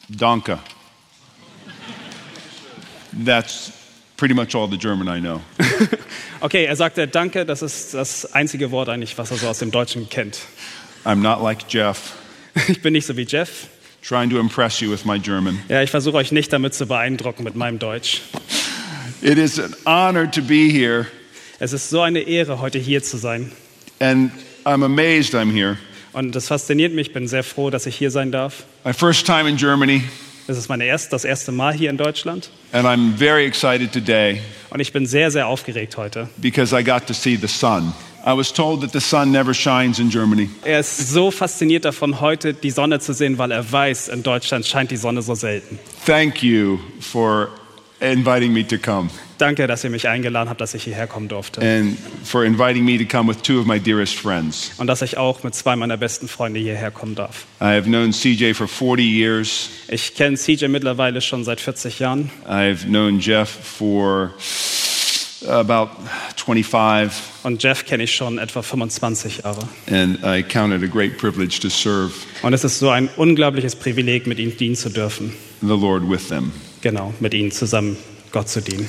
Danke. That's pretty much all the German I know. Okay, er sagte Danke, das ist das einzige Wort eigentlich, was er so aus dem Deutschen kennt. I'm not like Jeff, Ich bin nicht so wie Jeff. trying to impress you with my German. Ja, ich versuche euch nicht damit zu beeindrucken mit meinem Deutsch. It is an honor to be here, Es ist so eine Ehre, heute hier zu sein. and I'm amazed I'm here. Und das fasziniert mich. Ich bin sehr froh, dass ich hier sein darf. My first time in Germany, Es ist das erste Mal hier in Deutschland. and I'm very excited today Und ich bin sehr, sehr aufgeregt heute. because I got to see the sun. I was told that the sun never shines in Germany. Er ist so fasziniert davon, heute die Sonne zu sehen, weil er weiß, in Deutschland scheint die Sonne so selten. Thank you for inviting me to come, Danke, dass ihr mich eingeladen habt, dass ich hierher kommen durfte. and for inviting me to come with two of my dearest friends. Und dass ich auch mit 2 meiner besten Freunde hierher kommen darf. I have known CJ for 40 years. Ich kenne CJ mittlerweile schon seit 40 Jahren. I've known Jeff for about 25, Und Jeff kenne ich schon etwa 25 Jahre. and I count it a great privilege to serve Und es ist so ein unglaubliches Privileg, mit ihnen dienen zu dürfen. the Lord with them. Genau, mit ihnen zusammen Gott zu dienen.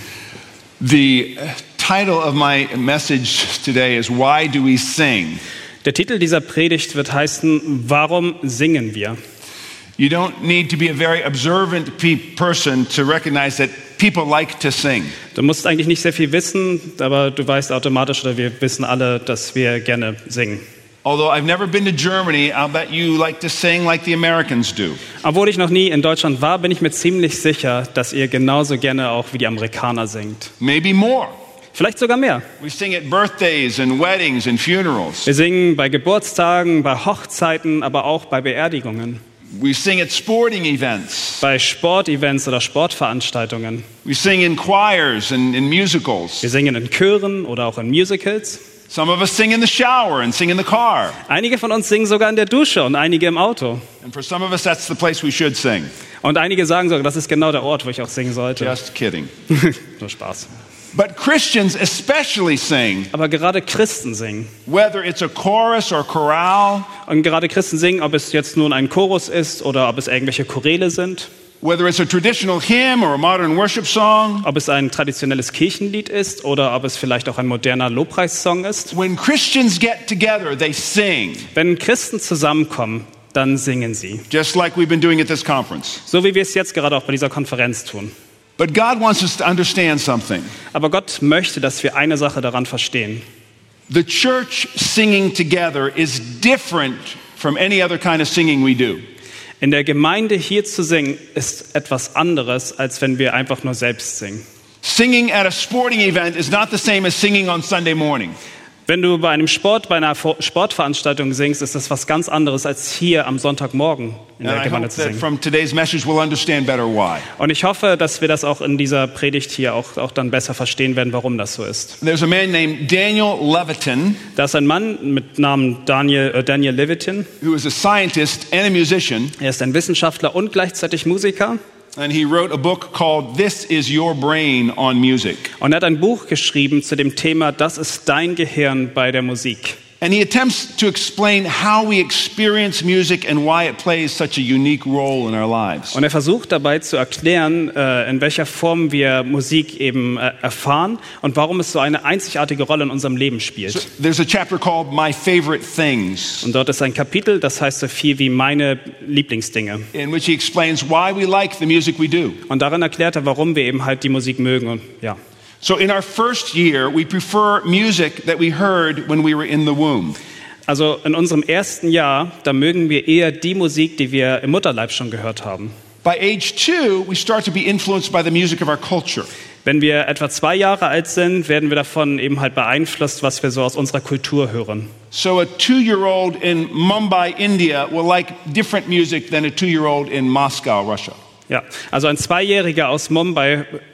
The title of my message today is Why Do We Sing? Der Titel dieser Predigt wird heißen, warum singen wir? You don't need to be a very observant person to recognize that people like to sing. Du musst eigentlich nicht sehr viel wissen, aber du weißt automatisch, oder wir wissen alle, dass wir gerne singen. Although I've never been to Germany, I'll bet you like to sing like the Americans do. Obwohl ich noch nie in Deutschland war, bin ich mir ziemlich sicher, dass ihr genauso gerne auch wie die Amerikaner singt. Maybe more. Vielleicht sogar mehr. We sing at birthdays and weddings and funerals. Wir singen bei Geburtstagen, bei Hochzeiten, aber auch bei Beerdigungen, We sing at sporting events. bei Sportevents oder Sportveranstaltungen. We sing in choirs and in musicals. Wir singen in Chören oder auch in Musicals. Some of us sing in the shower and sing in the car. Einige von uns singen sogar in der Dusche und einige im Auto. And for some of us, that's the place we should sing. Und einige sagen sogar, das ist genau der Ort, wo ich auch singen sollte. Just kidding. Nur Spaß. But Christians especially sing, Aber gerade Christen singen. whether it's a chorus or chorale, Und gerade Christen singen, ob es jetzt nun ein Chorus ist oder ob es irgendwelche Choräle sind, whether it's a traditional hymn or a modern worship song. ob es ein traditionelles Kirchenlied ist oder ob es vielleicht auch ein moderner Lobpreissong ist. When Christians get together, they sing, Wenn Christen zusammenkommen, dann singen sie. just like we've been doing at this conference. So wie wir es jetzt gerade auch bei dieser Konferenz tun. But God wants us to understand something. Aber Gott möchte, dass wir eine Sache daran verstehen. The church singing together is different from any other kind of singing we do. In der Gemeinde hier zu singen, ist etwas anderes, als wenn wir einfach nur selbst singen. Singing at a sporting event is not the same as singing on Sunday morning. Wenn du bei einer Sportveranstaltung singst, ist das was ganz anderes, als hier am Sonntagmorgen in And der I Gemeinde hope zu that singen. from today's message we'll understand better why. Und ich hoffe, dass wir das auch in dieser Predigt hier auch dann besser verstehen werden, warum das so ist. There's a man named Daniel Levitin, Da ist ein Mann mit Namen Daniel Levitin. who is a scientist and a musician, Er ist ein Wissenschaftler und gleichzeitig Musiker. and he wrote a book called This Is Your Brain on Music. Und er hat ein Buch geschrieben zu dem Thema, das ist dein Gehirn bei der Musik. And he attempts to explain how we experience music and why it plays such a unique role in our lives. Und er versucht dabei zu erklären, in welcher Form wir Musik eben erfahren und warum es so eine einzigartige Rolle in unserem Leben spielt. So there's a chapter called My Favorite Things, Und dort ist ein Kapitel, das heißt so viel wie meine Lieblingsdinge. in which he explains why we like the music we do. Und darin erklärt er, warum wir eben halt die Musik mögen. Und ja. So in our first year, we prefer music that we heard when we were in the womb. Also in unserem ersten Jahr, da mögen wir eher die Musik, die wir im Mutterleib schon gehört haben. By age 2, we start to be influenced by the music of our culture. Wenn wir etwa 2 Jahre alt sind, werden wir davon eben halt beeinflusst, was wir so aus unserer Kultur hören. So a 2-year-old in Mumbai, India will like different music than a 2-year-old in Moscow, Russia. Ja, also ein 2-Jähriger aus Mumbai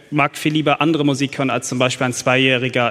mag viel lieber andere Musik hören als zum Beispiel ein Zweijähriger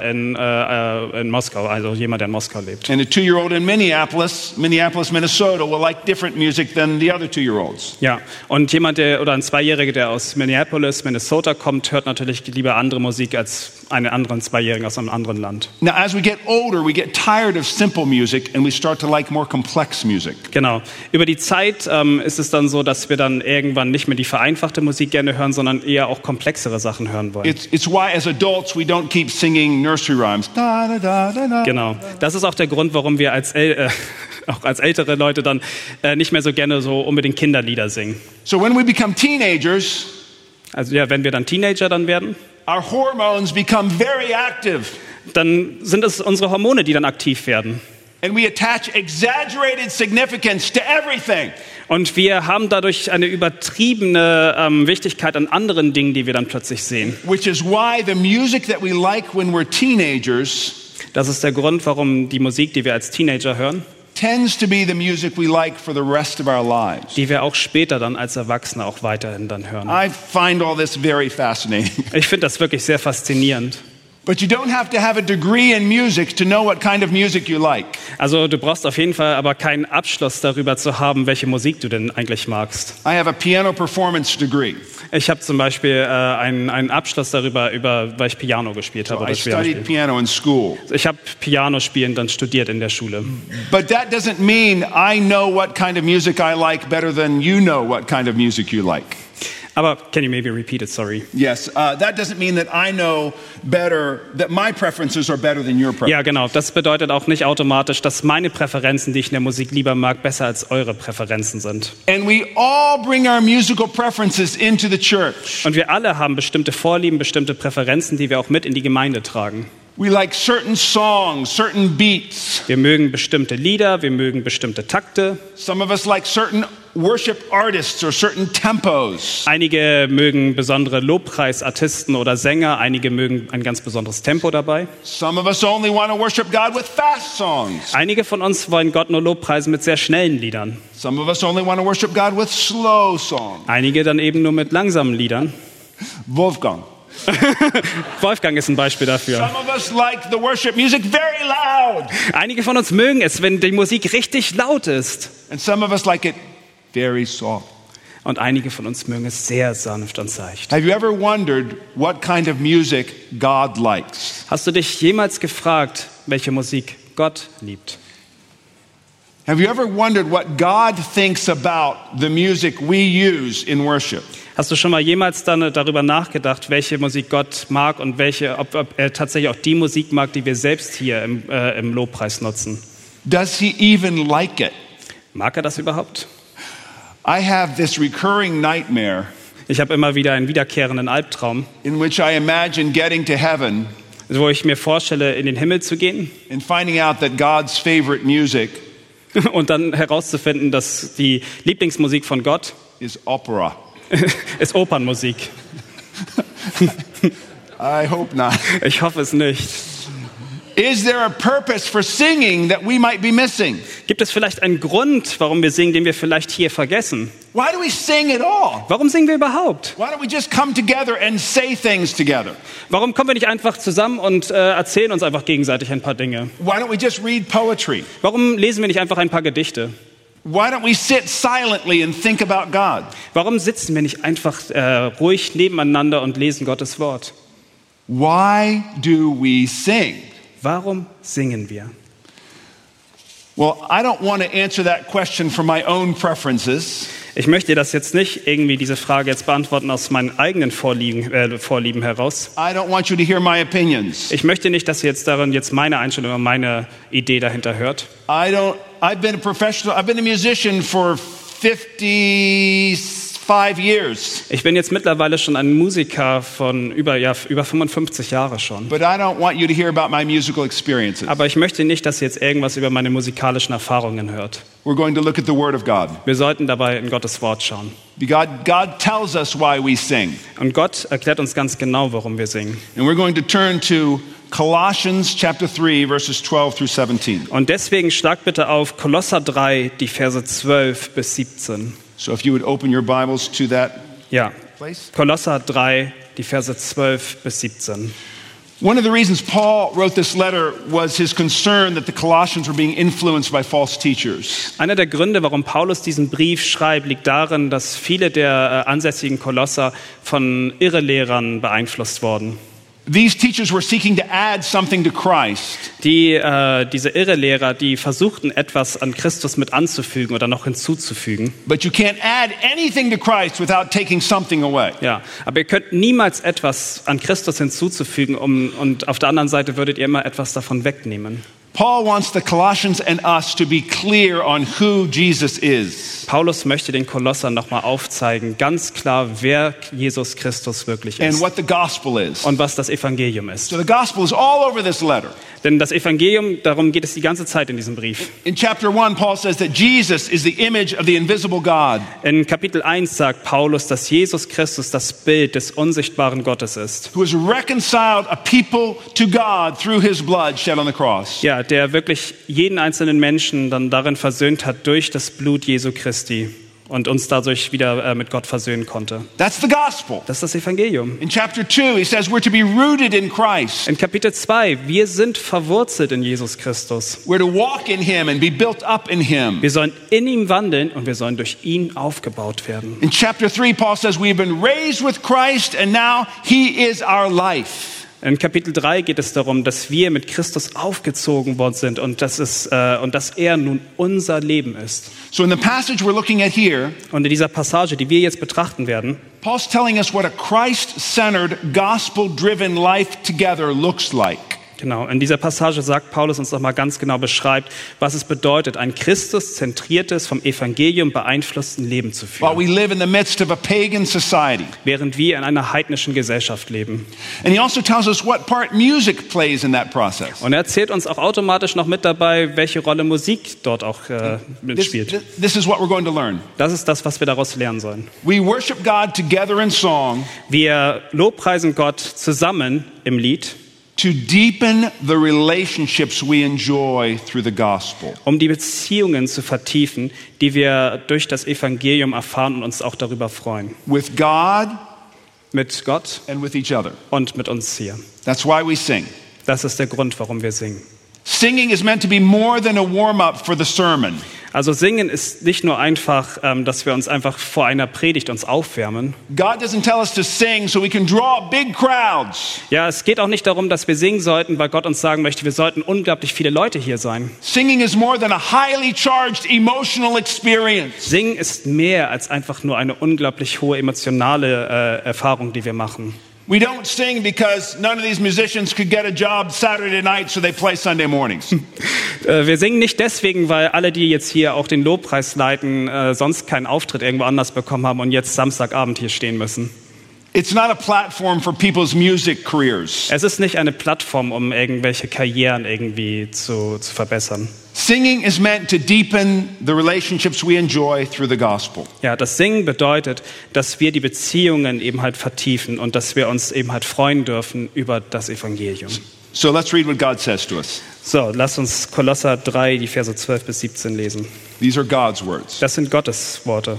in Moskau, also jemand, der in Moskau lebt. And a 2-year-old in Minneapolis, Minnesota will like different music than the other 2-year-olds. Ja, und jemand, oder ein Zweijähriger, der aus Minneapolis, Minnesota kommt, hört natürlich lieber andere Musik als einen anderen Zweijährigen aus einem anderen Land. Now, as we get older, we get tired of simple music and we start to like more complex music. Genau. Über die Zeit ist es dann so, dass wir dann irgendwann nicht mehr die vereinfachte Musik gerne hören, sondern eher auch komplexere Sachen hören wollen. It's why as adults we don't keep singing nursery rhymes. Da, da, da, da, da. Genau. Das ist auch der Grund, warum wir auch als ältere Leute dann nicht mehr so gerne so unbedingt Kinderlieder singen. So when we become teenagers, Also ja, wenn wir dann Teenager dann werden, our hormones become very active. dann sind es unsere Hormone, die dann aktiv werden. And we attach exaggerated significance to everything. Und wir haben dadurch eine übertriebene Wichtigkeit an anderen Dingen, die wir dann plötzlich sehen. Which is why the music that we like when we're teenagers Das ist der Grund, warum die Musik, die wir als Teenager hören, tends to be the music we like for the rest of our lives. die wir auch später dann als Erwachsene auch weiterhin dann hören. I find all this very fascinating. Ich finde das wirklich sehr faszinierend. But you don't have to have a degree in music to know what kind of music you like. Also du brauchst auf jeden Fall aber keinen Abschluss darüber zu haben, welche Musik du denn eigentlich magst. I have a piano performance degree. Ich habe zum Beispiel einen Abschluss darüber, weil ich Piano gespielt habe. I studied piano in school. Ich habe Piano spielen dann studiert in der Schule. But that doesn't mean I know what kind of music I like better than you know what kind of music you like. Aber can you maybe repeat it? Sorry. Yes, that doesn't mean that I know better, that my preferences are better than your preferences. Ja, genau. Das bedeutet auch nicht automatisch, dass meine Präferenzen, die ich in der Musik lieber mag, besser als eure Präferenzen sind. And we all bring our musical preferences into the church. Und wir alle haben bestimmte Vorlieben, bestimmte Präferenzen, die wir auch mit in die Gemeinde tragen. We like certain songs, certain beats. Wir mögen bestimmte Lieder, wir mögen bestimmte Takte. Some of us like certain worship artists or certain tempos. Einige mögen besondere Lobpreisartisten oder Sänger, einige mögen ein ganz besonderes Tempo dabei. Some of us only want to worship God with fast songs. Einige von uns wollen Gott nur Lobpreisen mit sehr schnellen Liedern. Some of us only want to worship God with slow songs. Einige dann eben nur mit langsamen Liedern. Wolfgang. Wolfgang ist ein Beispiel dafür. Some of us like the worship music very loud. Einige von uns mögen es, wenn die Musik richtig laut ist. And some of us like it very soft. Und einige von uns mögen es sehr sanft und seicht. Have you ever wondered what kind of music God likes? Hast du dich jemals gefragt, welche Musik Gott liebt? Have you ever wondered what God thinks about the music we use in worship? Hast du schon mal jemals dann darüber nachgedacht, welche Musik Gott mag und ob er tatsächlich auch die Musik mag, die wir selbst hier im Lobpreis nutzen? Does he even like it? Mag er das überhaupt? I have this recurring nightmare Ich habe immer wieder einen wiederkehrenden Albtraum, in which I imagine getting to heaven wo ich mir vorstelle, in den Himmel zu gehen and finding out that God's favorite music und dann herauszufinden, dass die Lieblingsmusik von Gott is opera. ist Opernmusik. I hope not. Ich hoffe es nicht. Is there a purpose for singing that we might be missing? Gibt es vielleicht einen Grund, warum wir singen, den wir vielleicht hier vergessen? Why do we sing at all? Warum singen wir überhaupt? Why don't we just come together and say things together? Warum kommen wir nicht einfach zusammen und erzählen uns einfach gegenseitig ein paar Dinge? Why don't we just read poetry? Warum lesen wir nicht einfach ein paar Gedichte? Why don't we sit silently and think about God? Warum sitzen wir nicht einfach ruhig nebeneinander und lesen Gottes Wort? Why do we sing? Warum singen wir? Well, I don't want to answer that question from my own preferences. Ich möchte das jetzt nicht irgendwie diese Frage jetzt beantworten aus meinen eigenen Vorlieben heraus. I don't want you to hear my opinions. Ich möchte nicht, dass ihr jetzt darin jetzt meine Einstellung oder meine Idee dahinter hört. I've been a musician for 55 years. Ich bin jetzt mittlerweile schon ein Musiker von über 55 Jahre schon. But I don't want you to hear about my musical experiences. Aber ich möchte nicht, dass ihr jetzt irgendwas über meine musikalischen Erfahrungen hört. We're going to look at the Word of God. Wir sollten dabei in Gottes Wort schauen. God tells us why we sing. Und Gott erklärt uns ganz genau, warum wir singen. And we're going to turn to Colossians chapter 3 verses 12 through 17. Und deswegen schlag bitte auf Kolosser 3, die Verse 12 bis 17. So if you would open your Bibles to that Ja, place. Kolosser 3, die Verse 12 bis 17. One of the reasons Paul wrote this letter was his concern that the Colossians were being influenced by false teachers. Einer der Gründe, warum Paulus diesen Brief schreibt, liegt darin, dass viele der ansässigen Kolosser von Irrelehrern beeinflusst wurden. These teachers were seeking to add something to Christ. Diese Irrelehrer, die versuchten, etwas an Christus mit anzufügen oder noch hinzuzufügen. But you can't add anything to Christ without taking something away. Ja, aber ihr könnt niemals etwas an Christus hinzuzufügen, und auf der anderen Seite würdet ihr immer etwas davon wegnehmen. Paul wants the Colossians and us to be clear on who Jesus is. Paulus möchte den Kolossern nochmal aufzeigen, ganz klar, wer Jesus Christus wirklich And ist what the gospel is. und was das Evangelium ist. So the gospel is all over this letter. Denn das Evangelium, darum geht es die ganze Zeit in diesem Brief. In chapter 1, Paul says that Jesus is the image of the invisible God. In Kapitel 1 sagt Paulus, dass Jesus Christus das Bild des unsichtbaren Gottes ist. Who has reconciled a people to God through his blood shed on the cross. Ja, der wirklich jeden einzelnen Menschen dann darin versöhnt hat durch das Blut Jesu Christi und uns dadurch wieder mit Gott versöhnen konnte. That's the gospel. Das ist das Evangelium. In chapter 2, he says we're to be rooted in Christ. In Kapitel 2, wir sind verwurzelt in Jesus Christus. We're to walk in him and be built up in him. Wir sollen in ihm wandeln und wir sollen durch ihn aufgebaut werden. In chapter 3, Paul says we've been raised with Christ and now he is our life. In Kapitel 3 geht es darum, dass wir mit Christus aufgezogen worden sind und dass er nun unser Leben ist. So in the passage we're looking at here, Und in dieser Passage, die wir jetzt betrachten werden, Paul's telling us what a Christ-centered, gospel-driven life together looks like. genau, in dieser Passage sagt Paulus uns nochmal ganz genau beschreibt, was es bedeutet, ein Christus-zentriertes, vom Evangelium beeinflussten Leben zu While führen, we live in the midst of a pagan society. während wir in einer heidnischen Gesellschaft leben. And he also tells us what part music plays in that process. Und er erzählt uns auch automatisch noch mit dabei, welche Rolle Musik dort auch mitspielt. This is what we're going to learn. Das ist das, was wir daraus lernen sollen. We worship God together in song Wir lobpreisen Gott zusammen im Lied, to deepen the relationships we enjoy through the gospel. um die Beziehungen zu vertiefen, die wir durch das Evangelium erfahren und uns auch darüber freuen. With God Mit Gott and with each other. und mit uns hier. That's why we sing. Das ist der Grund, warum wir singen. Singing is meant to be more than a warm-up for the sermon. Also singen ist nicht nur einfach, dass wir uns einfach vor einer Predigt uns aufwärmen. God doesn't tell us to sing so we can draw big crowds. Ja, es geht auch nicht darum, dass wir singen sollten, weil Gott uns sagen möchte, wir sollten unglaublich viele Leute hier sein. Singing is more than a highly charged emotional experience. Singen ist mehr als einfach nur eine unglaublich hohe emotionale Erfahrung, die wir machen. We don't sing because none of these musicians could get a job Saturday night, so they play Sunday mornings. Wir singen nicht deswegen, weil alle, die jetzt hier auch den Lobpreis leiten, sonst keinen Auftritt irgendwo anders bekommen haben und jetzt Samstagabend hier stehen müssen. It's not a platform for people's music careers. Es ist nicht eine Plattform, um irgendwelche Karrieren irgendwie zu verbessern. Singing is meant to deepen the relationships we enjoy through the gospel. Ja, das Singen bedeutet, dass wir die Beziehungen eben halt vertiefen und dass wir uns eben halt freuen dürfen über das Evangelium. So let's read what God says to us. So, lasst uns Kolosser 3, die Verse 12 bis 17 lesen. These are God's words. Das sind Gottes Worte.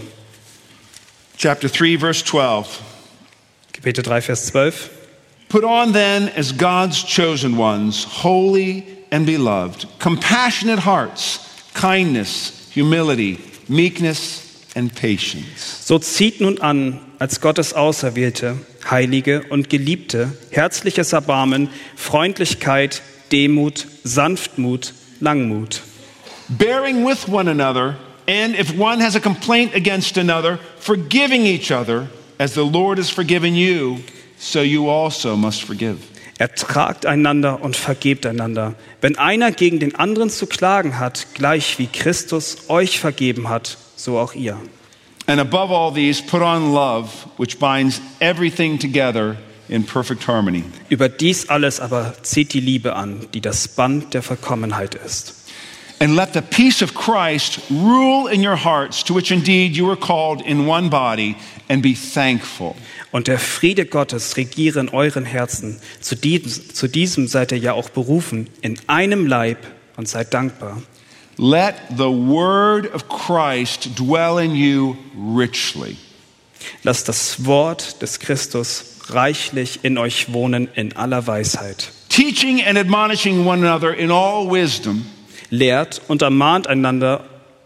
Chapter 3, verse 12. Kapitel 3, Vers 12. Put on then as God's chosen ones, holy and beloved, compassionate hearts, kindness, humility, meekness and patience. So zieht nun an, als Gottes Auserwählte, Heilige und Geliebte, herzliches Erbarmen, Freundlichkeit, Demut, Sanftmut, Langmut. Bearing with one another, and if one has a complaint against another, forgiving each other, as the Lord has forgiven you, so you also must forgive. Ertragt einander und vergebt einander. Wenn einer gegen den anderen zu klagen hat, gleich wie Christus euch vergeben hat, so auch ihr. And above all these, put on love, which binds everything together in perfect harmony. Über dies alles aber zieht die Liebe an, die das Band der Vollkommenheit ist. And let the peace of Christ rule in your hearts, to which indeed you were called in one body, and be thankful. Und der Friede Gottes regiere in euren Herzen. Zu diesem seid ihr ja auch berufen, in einem Leib, und seid dankbar. Let the word of Christ dwell in you richly. Lasst das Wort des Christus reichlich in euch wohnen in aller Weisheit. Teaching and admonishing one another in all wisdom, Lehrt und ermahnt einander,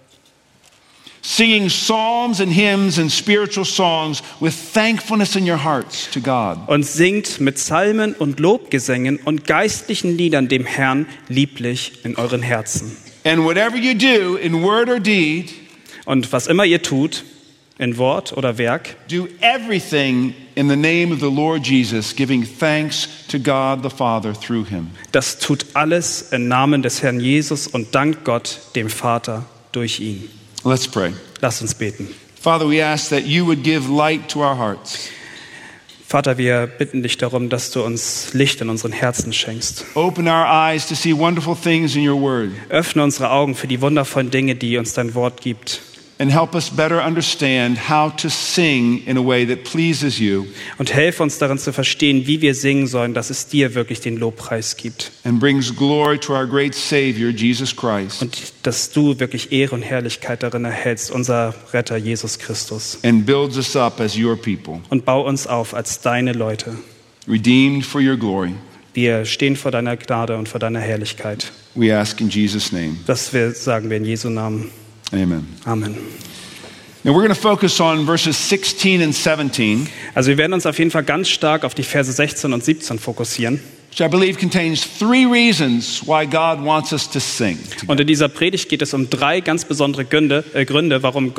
singing psalms and hymns and spiritual songs with thankfulness in your hearts to God. und singt mit Psalmen und Lobgesängen und geistlichen Liedern dem Herrn lieblich in euren Herzen. And whatever you do in word or deed, Und was immer ihr tut, in Wort oder Werk, do everything in the name of the Lord Jesus, giving thanks to God the Father through him. das tut alles im Namen des Herrn Jesus und dankt Gott, dem Vater, durch ihn. Let's pray. Lasst uns beten. Father, we ask that you would give light to our hearts. Vater, wir bitten dich darum, dass du uns Licht in unseren Herzen schenkst. Open our eyes to see wonderful things in your word, Öffne unsere Augen für die wundervollen Dinge, die uns dein Wort gibt. and help us better understand how to sing in a way that pleases you Und helfe uns darin zu verstehen, wie wir singen sollen, dass es dir wirklich den Lobpreis gibt. and brings glory to our great Savior, Jesus Christ, Und dass du wirklich Ehre und Herrlichkeit darin erhältst, unser Retter Jesus Christus. and builds us up as your people, Und bau uns auf als deine Leute. redeemed for your glory. Wir stehen vor deiner Gnade und vor deiner Herrlichkeit. We ask in Jesus' name. Das sagen wir in Jesu Namen. Amen. Amen. Now we're going to focus on verses 16 and 17, Also wir werden uns auf jeden Fall ganz stark auf die Verse 16 und 17 fokussieren. which I believe contains 3 reasons why God wants us to sing. Und in dieser Predigt geht es um 3 ganz besondere Gründe, warum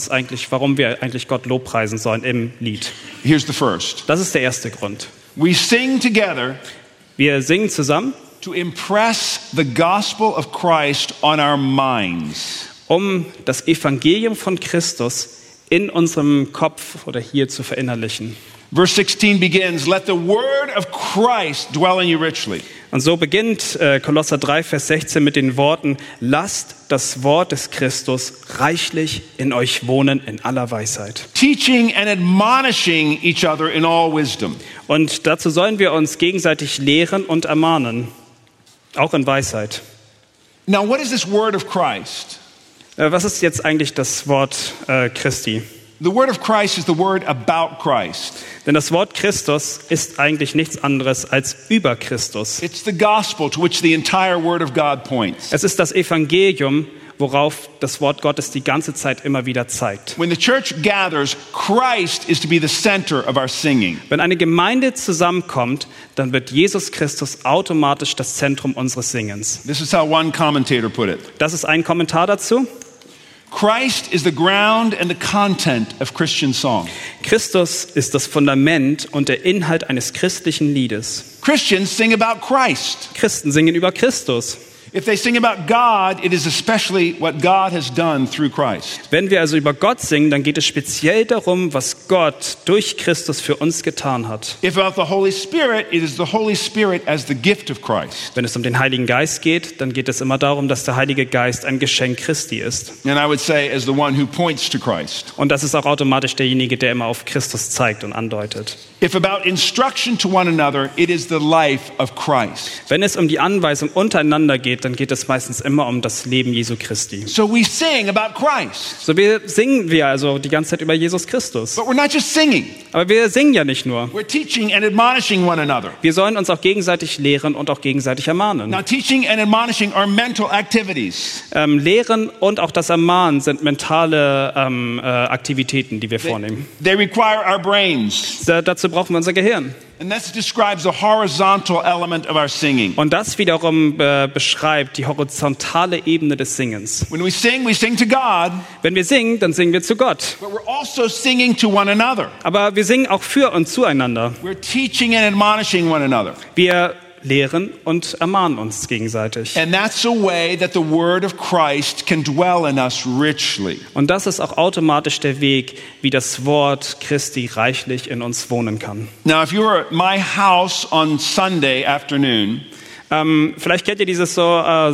wir eigentlich Gott lobpreisen sollen im Lied. Here's the first. Das ist der erste Grund. We sing together Wir singen zusammen, to impress the gospel of Christ on our minds. um das Evangelium von Christus in unserem Kopf oder hier zu verinnerlichen. Verse 16 begins, let the word of Christ dwell in you richly. Und so beginnt Kolosser 3, Vers 16 mit den Worten, lasst das Wort des Christus reichlich in euch wohnen in aller Weisheit. Teaching and admonishing each other in all wisdom. Und dazu sollen wir uns gegenseitig lehren und ermahnen, auch in Weisheit. Now, what is this word of Christ? Was ist jetzt eigentlich das Wort Christi? The word of Christ is the word about Christ. Denn das Wort Christus ist eigentlich nichts anderes als über Christus. It's the gospel to which the entire word of God points. Es ist das Evangelium, worauf das Wort Gottes die ganze Zeit immer wieder zeigt. When the church gathers, Christ is to be the center of our singing. Wenn eine Gemeinde zusammenkommt, dann wird Jesus Christus automatisch das Zentrum unseres Singens. This is how one commentator put it. Das ist ein Kommentar dazu. Christ is the ground and the content of Christian song. Christus ist das Fundament und der Inhalt eines christlichen Liedes. Christians sing about Christ. Christen singen über Christus. If they sing about God, it is especially what God has done through Christ. Wenn wir also über Gott singen, dann geht es speziell darum, was Gott durch Christus für uns getan hat. If about the Holy Spirit, it is the Holy Spirit as the gift of Christ. Wenn es um den Heiligen Geist geht, dann geht es immer darum, dass der Heilige Geist ein Geschenk Christi ist. And I would say as the one who points to Christ. Und das ist auch automatisch derjenige, der immer auf Christus zeigt und andeutet. If about instruction to one another, it is the life of Christ. Wenn es um die Anweisung untereinander geht, dann geht es meistens immer um das Leben Jesu Christi. So we sing about Christ. So singen wir also die ganze Zeit über Jesus Christus. But we're not just singing. Aber wir singen ja nicht nur. We're teaching and admonishing one another. Wir sollen uns auch gegenseitig lehren und auch gegenseitig ermahnen. Now, teaching and admonishing are mental activities. Lehren und auch das Ermahnen sind mentale Aktivitäten, die wir vornehmen. They require our brains. Dazu brauchen wir unser Gehirn. And this describes the horizontal element of our singing. Und das wiederum beschreibt die horizontale Ebene des Singens. When we sing to God, Wenn wir singen, dann singen wir zu Gott. but we're also singing to one another. Aber wir singen auch für und zueinander. We're teaching and admonishing one another. Wir lehren und ermahnen uns gegenseitig. And that's a way that the word of Christ can dwell in us richly. Und das ist auch automatisch der Weg, wie das Wort Christi reichlich in uns wohnen kann. Now, if you were at my house on Sunday afternoon, Vielleicht kennt ihr dieses so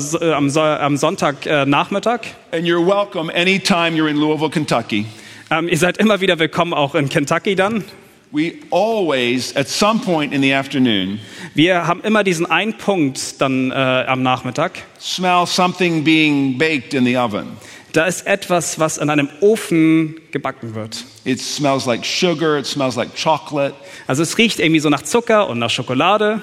am Sonntagnachmittag. and you're welcome anytime you're in Louisville, Kentucky, Ihr seid immer wieder willkommen, auch in Kentucky dann. we always, at some point in the afternoon, Wir haben immer diesen einen Punkt dann am Nachmittag. smell something being baked in the oven. Da ist etwas, was in einem Ofen gebacken wird. It smells like sugar, it smells like chocolate. Also es riecht irgendwie so nach Zucker und nach Schokolade.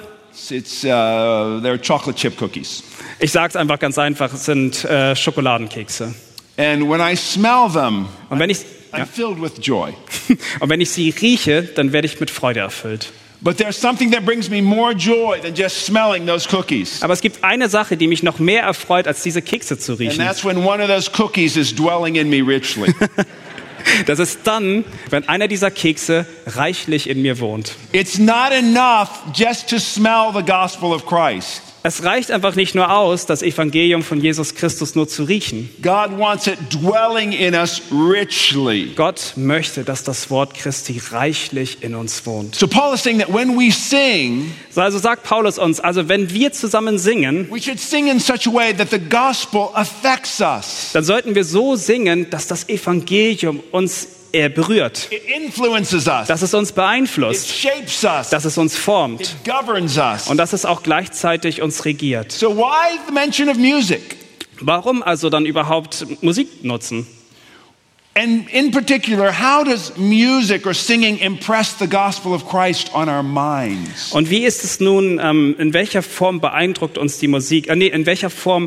They're chocolate chip cookies. Ich sage es einfach ganz einfach, es sind Schokoladenkekse. And when I smell them, Und wenn ich, I'm filled with joy. und wenn ich sie rieche, dann werde ich mit Freude erfüllt. But there's something that brings me more joy than just smelling those cookies. Aber es gibt eine Sache, die mich noch mehr erfreut, als diese Kekse zu And riechen. that's when one of those cookies is dwelling in me richly. Das ist dann, wenn einer dieser Kekse reichlich in mir wohnt. It's not enough just to smell the gospel of Christ. Es reicht einfach nicht nur aus, das Evangelium von Jesus Christus nur zu riechen. God wants it dwelling in us richly. Gott möchte, dass das Wort Christi reichlich in uns wohnt. So Paul is saying that when we sing, Also sagt Paulus uns, also wenn wir zusammen singen, we should sing in such a way that the gospel affects us. dann sollten wir so singen, dass das Evangelium uns berührt, It influences us. dass es uns It beeinflusst, shapes us. dass es uns formt It governs us. und dass es auch gleichzeitig uns regiert. So why the mention of music? Warum also dann überhaupt Musik nutzen? And in particular, how does music or singing impress the gospel of Christ on our minds? Und wie ist es nun, in welcher Form beeindruckt uns die Musik? In welcher Form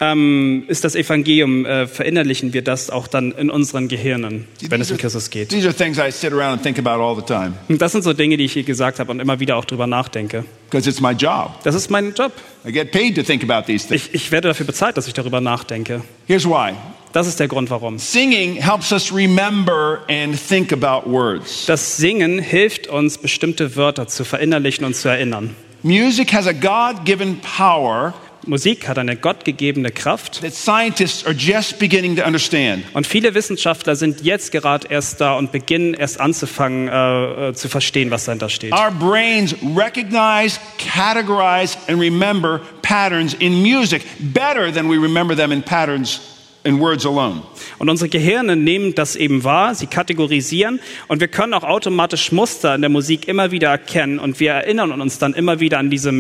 ist das Evangelium, verinnerlichen wir das auch dann in unseren Gehirnen, wenn es um Christus geht? These are things I sit around and think about all the time Und das sind so Dinge, die ich hier gesagt habe und immer wieder auch drüber nachdenke. because it's my job. Das ist mein Job. I get paid to think about these things. Ich werde dafür bezahlt, dass ich darüber nachdenke. Here's why. Das ist der Grund, warum. Singing helps us remember and think about words. Das Singen hilft uns, bestimmte Wörter zu verinnerlichen und zu erinnern. Music has a God-given power Musik hat eine gottgegebene Kraft. that scientists are just beginning to understand. Und viele Wissenschaftler sind jetzt gerade erst da und beginnen erst anzufangen zu verstehen, was dahinter steht. Our brains recognize, categorize, and remember patterns in music better than we remember them in patterns in words alone. Und unsere Gehirne nehmen das eben wahr, sie kategorisieren und wir können auch automatisch Muster in der Musik immer wieder erkennen und wir erinnern uns dann immer wieder an diese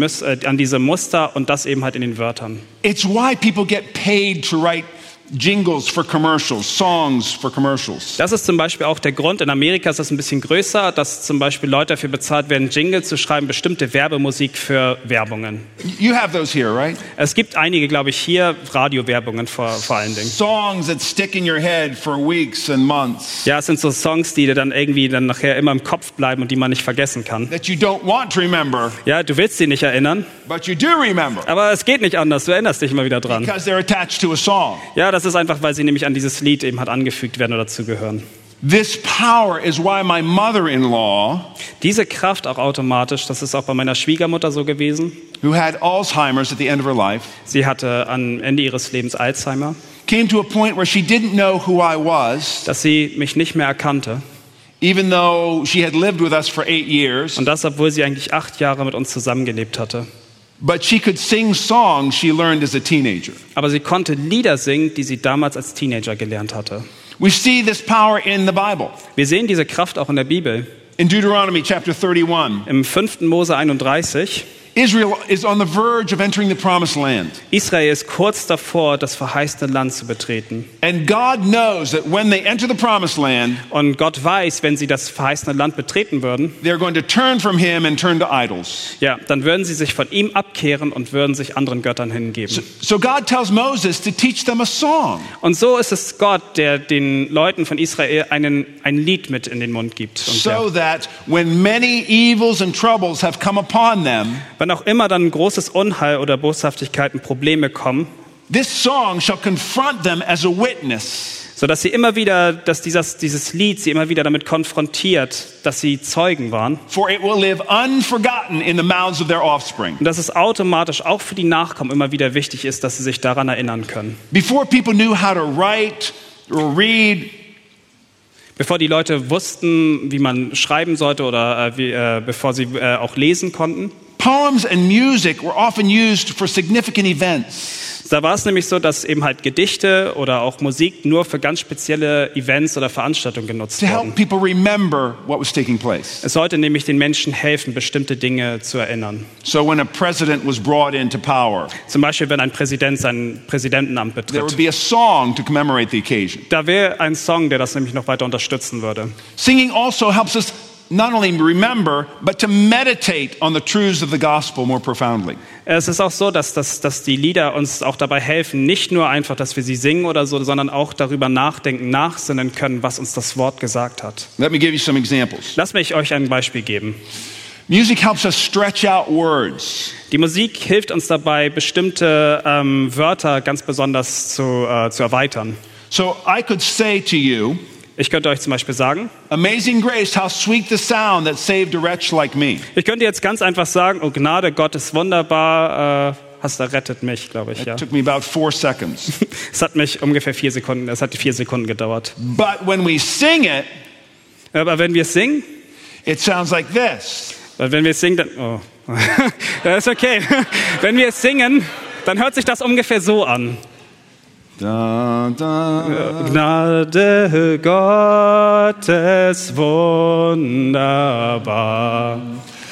Muster und das eben halt in den Wörtern. It's why people get paid to write jingles for commercials, songs for commercials. Das ist zum Beispiel auch der Grund, in Amerika ist das ein bisschen größer, dass zum Beispiel Leute dafür bezahlt werden, Jingle zu schreiben, bestimmte Werbemusik für Werbungen. You have those here, right? Es gibt einige, glaube ich, hier Radiowerbungen vor allen Dingen. Songs that stick in your head for weeks and months Ja, es sind so Songs, die dir dann irgendwie dann nachher immer im Kopf bleiben und die man nicht vergessen kann. that you don't want to remember, Ja, du willst sie nicht erinnern, but you do remember aber es geht nicht anders, du erinnerst dich immer wieder dran. because they're attached to a song. Ja, das ist einfach, weil sie nämlich an dieses Lied eben halt angefügt werden oder dazugehören. This power is why my mother-in-law, Diese Kraft auch automatisch, das ist auch bei meiner Schwiegermutter so gewesen. who had Alzheimer's at the end of her life, Sie hatte am Ende ihres Lebens Alzheimer, came to a point where she didn't know who I was, dass sie mich nicht mehr erkannte. even though she had lived with us for 8 years. Und das, obwohl sie eigentlich 8 Jahre mit uns zusammengelebt hatte. But she could sing songs she learned as a teenager. Aber sie konnte Lieder singen, die sie damals als Teenager gelernt hatte. We see this power in the Bible. Wir sehen diese Kraft auch in der Bibel. In Deuteronomy chapter 31, Im 5. Mose 31. Israel is on the verge of entering the promised land. Israel ist kurz davor, das verheißene Land zu betreten. And God knows that when they enter the promised land, Und Gott weiß, wenn sie das verheißene Land betreten würden, they're going to turn from him and turn to idols. ja, dann würden sie sich von ihm abkehren und würden sich anderen Göttern hingeben. So God tells Moses to teach them a song. Und so ist es Gott, der den Leuten von Israel ein Lied mit in den Mund gibt. Und So that when many evils and troubles have come upon them, wenn auch immer dann großes Unheil oder Boshaftigkeiten, Probleme kommen, this song shall confront them as a witness. sodass sie immer wieder, dass dieses Lied sie immer wieder damit konfrontiert, dass sie Zeugen waren. For it will live unforgotten in the mouths of their offspring. Und dass es automatisch auch für die Nachkommen immer wieder wichtig ist, dass sie sich daran erinnern können. Before people knew how to write or read, Bevor die Leute wussten, wie man schreiben sollte oder bevor sie auch lesen konnten, poems and music were often used for significant events. Da war es nämlich so, dass eben halt Gedichte oder auch Musik nur für ganz spezielle Events oder Veranstaltungen genutzt to wurden. help people remember what was taking place. Es sollte nämlich den Menschen helfen, bestimmte Dinge zu erinnern. So when a president was brought into power, Zum Beispiel, wenn ein Präsident sein Präsidentenamt there would betritt. be a song to commemorate the occasion. Da wäre ein Song, der das nämlich noch weiter unterstützen würde. Singing also helps us not only remember, but to meditate on the truths of the gospel more profoundly. Es ist auch so, dass die Lieder uns auch dabei helfen, nicht nur einfach, dass wir sie singen oder so, sondern auch darüber nachdenken, nachsinnen können, was uns das Wort gesagt hat. Let me give you some examples. Lasst mich euch ein Beispiel geben. Music helps us stretch out words. Die Musik hilft uns dabei, bestimmte Wörter ganz besonders zu erweitern. So I could say to you, Ich könnte euch zum Beispiel sagen, Amazing grace, how sweet the sound that saved a wretch like me. ich könnte jetzt ganz einfach sagen, oh Gnade Gottes wunderbar, hast errettet mich, glaube ich. Ja. It took me about 4 seconds. Es hat mich ungefähr 4 Sekunden, es hat 4 Sekunden gedauert. But when we sing it, Aber wenn wir es singen, it sounds like this. weil wenn wir es singen, dann, oh, das ist okay. Wenn wir es singen, dann hört sich das ungefähr so an. Da, da. Gnade Gottes wunderbar.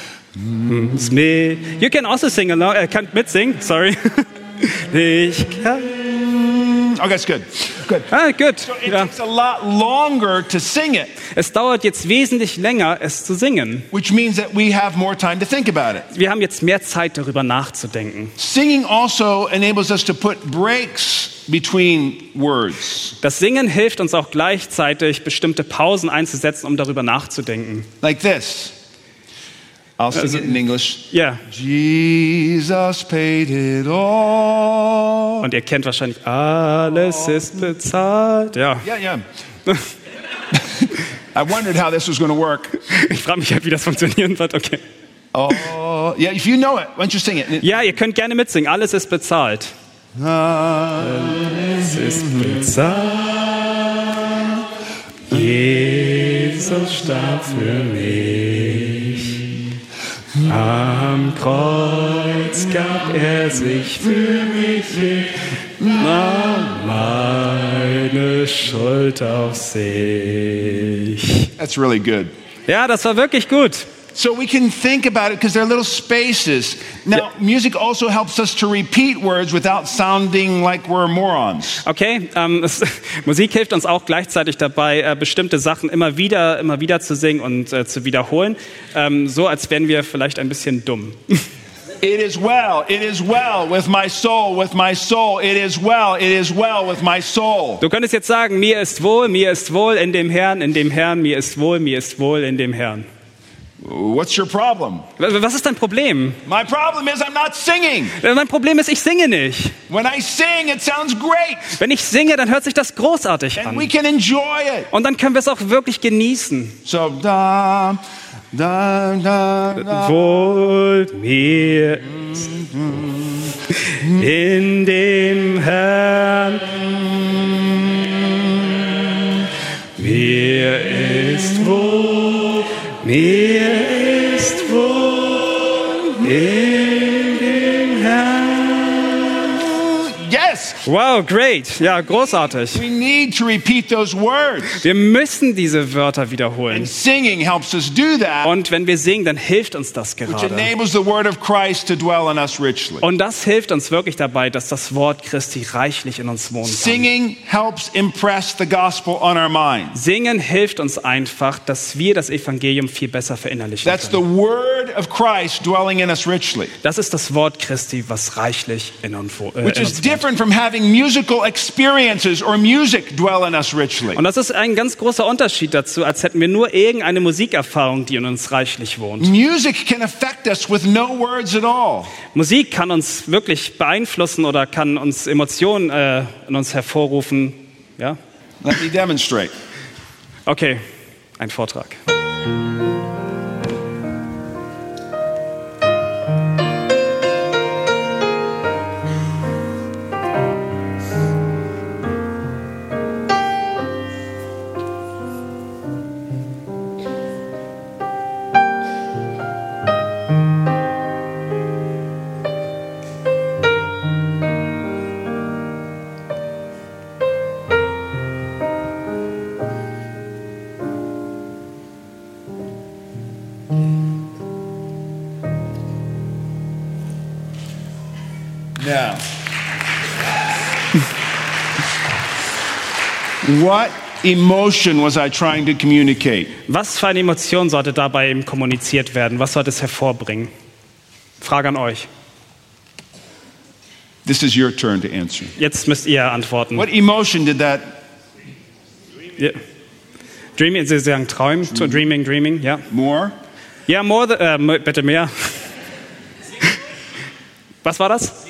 You can also sing along. Can't mitsingen, sorry. Ich kann. Okay, that's good. Good. Gut. So it Ja. takes a lot longer to sing it, Es dauert jetzt wesentlich länger, es zu singen. which means that we have more time to think about it. Wir haben jetzt mehr Zeit, darüber nachzudenken. Singing also enables us to put breaks between words. Das Singen hilft uns auch gleichzeitig, bestimmte Pausen einzusetzen, um darüber nachzudenken. Like this. I'll sing it in English. Ja. Jesus paid it all. Und ihr kennt wahrscheinlich, alles ist bezahlt. Ja. Yeah, yeah. I wondered how this was going to work. Ich frage mich halt, wie das funktionieren wird. Okay. Oh, yeah, if you know it, why don't you sing it? Ja, ihr könnt gerne mitsingen. Alles ist bezahlt. Alles ist bezahlt. Jesus starb für mich. Am Kreuz gab er sich für mich. Nahm meine Schuld auf sich. That's really good. Ja, das war wirklich gut. So we can think about it because there are little spaces. Now, music also helps us to repeat words without sounding like we're morons. Okay, Musik hilft uns auch gleichzeitig dabei, bestimmte Sachen immer wieder zu singen und zu wiederholen, so als wären wir vielleicht ein bisschen dumm. It is well with my soul, it is well with my soul. Du könntest jetzt sagen, mir ist wohl in dem Herrn, mir ist wohl in dem Herrn. What's your problem? Was ist dein Problem? My problem is I'm not singing. Mein Problem ist, ich singe nicht. When I sing, it sounds great. Wenn ich singe, dann hört sich das großartig And an. we can enjoy it. Und dann können wir es auch wirklich genießen. So, da, da, da, da. Wohl mir ist in dem Herrn. Mir ist wohl in dem Herrn. Yes. Wow, great. Ja, großartig. We need to repeat those words. Wir müssen diese Wörter wiederholen. And singing helps us do that, Und wenn wir singen, dann hilft uns das which gerade. enables the word of Christ to dwell in us richly. Und das hilft uns wirklich dabei, dass das Wort Christi reichlich in uns wohnen kann. Singing helps impress the gospel on our minds. Singen hilft uns einfach, dass wir das Evangelium viel besser verinnerlichen That's the können. word of Christ dwelling in us richly, Das ist das Wort Christi, was reichlich in uns which wohnt. is different from having musical experiences or music dwell in us richly. Und das ist ein ganz großer Unterschied dazu, als hätten wir nur irgendeine Musikerfahrung, die in uns reichlich wohnt. Music can affect us with no words at all. Musik kann uns wirklich beeinflussen oder kann uns Emotionen in uns hervorrufen. Ja? Let me demonstrate. Okay, ein Vortrag. Now, what emotion was I trying to communicate? Was für eine Emotion sollte dabei eben kommuniziert werden? Was sollte es hervorbringen? Frage an euch. This is your turn to answer. Jetzt müsst ihr antworten. What emotion did that? Yeah. Dreaming, Sie sagen Träumen, so dreaming, ja. More? Ja, bitte mehr. Was war das?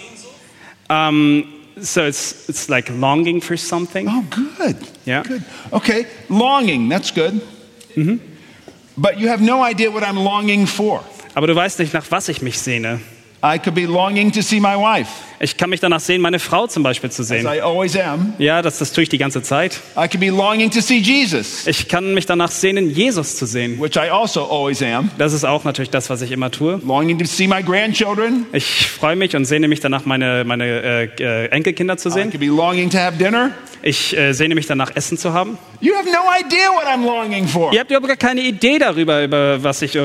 So it's like longing for something. Oh, good. Yeah. Good. Okay, longing, that's good. But you have no idea what I'm longing for. Aber du weißt nicht, nach was ich mich sehne. I could be longing to see my wife, Ich kann mich danach sehen, meine Frau zum Beispiel zu as sehen. I always am. Ja, das tue ich die ganze Zeit. I could be longing to see Jesus, Ich kann mich danach sehnen, Jesus zu sehen. which I also always am. Das ist auch natürlich das, was ich immer tue. Longing to see my grandchildren. Ich freue mich und sehne mich danach, meine Enkelkinder zu I sehen. could be longing to have dinner. Ich sehne mich danach, Essen zu haben. You have no idea what I'm longing for. Ihr habt überhaupt gar keine Idee darüber, über was ich,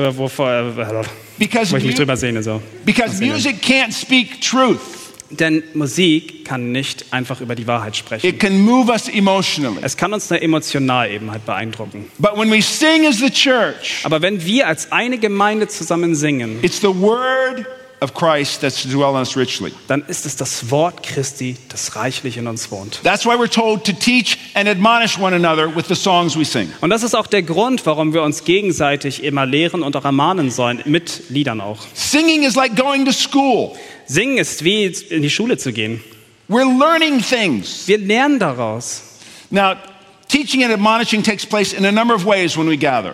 Because, wo ich mich mu- drüber sehne. So. because music can't speak truth. Denn Musik kann nicht einfach über die Wahrheit sprechen. It can move us emotionally. Es kann uns nur emotional eben halt beeindrucken. But when we sing as the church, Aber wenn wir als eine Gemeinde zusammen singen, it's the word of Christ that's to dwell in us richly. dann ist es das Wort Christi, das reichlich in uns wohnt. That's why we're told to teach and admonish one another with the songs we sing. Und das ist auch der Grund, warum wir uns gegenseitig immer lehren und auch ermahnen sollen, mit Liedern auch. Singing is like going to school. Singen ist wie in die Schule zu gehen. We're learning things. Wir lernen daraus. Now, teaching and admonishing takes place in a number of ways when we gather.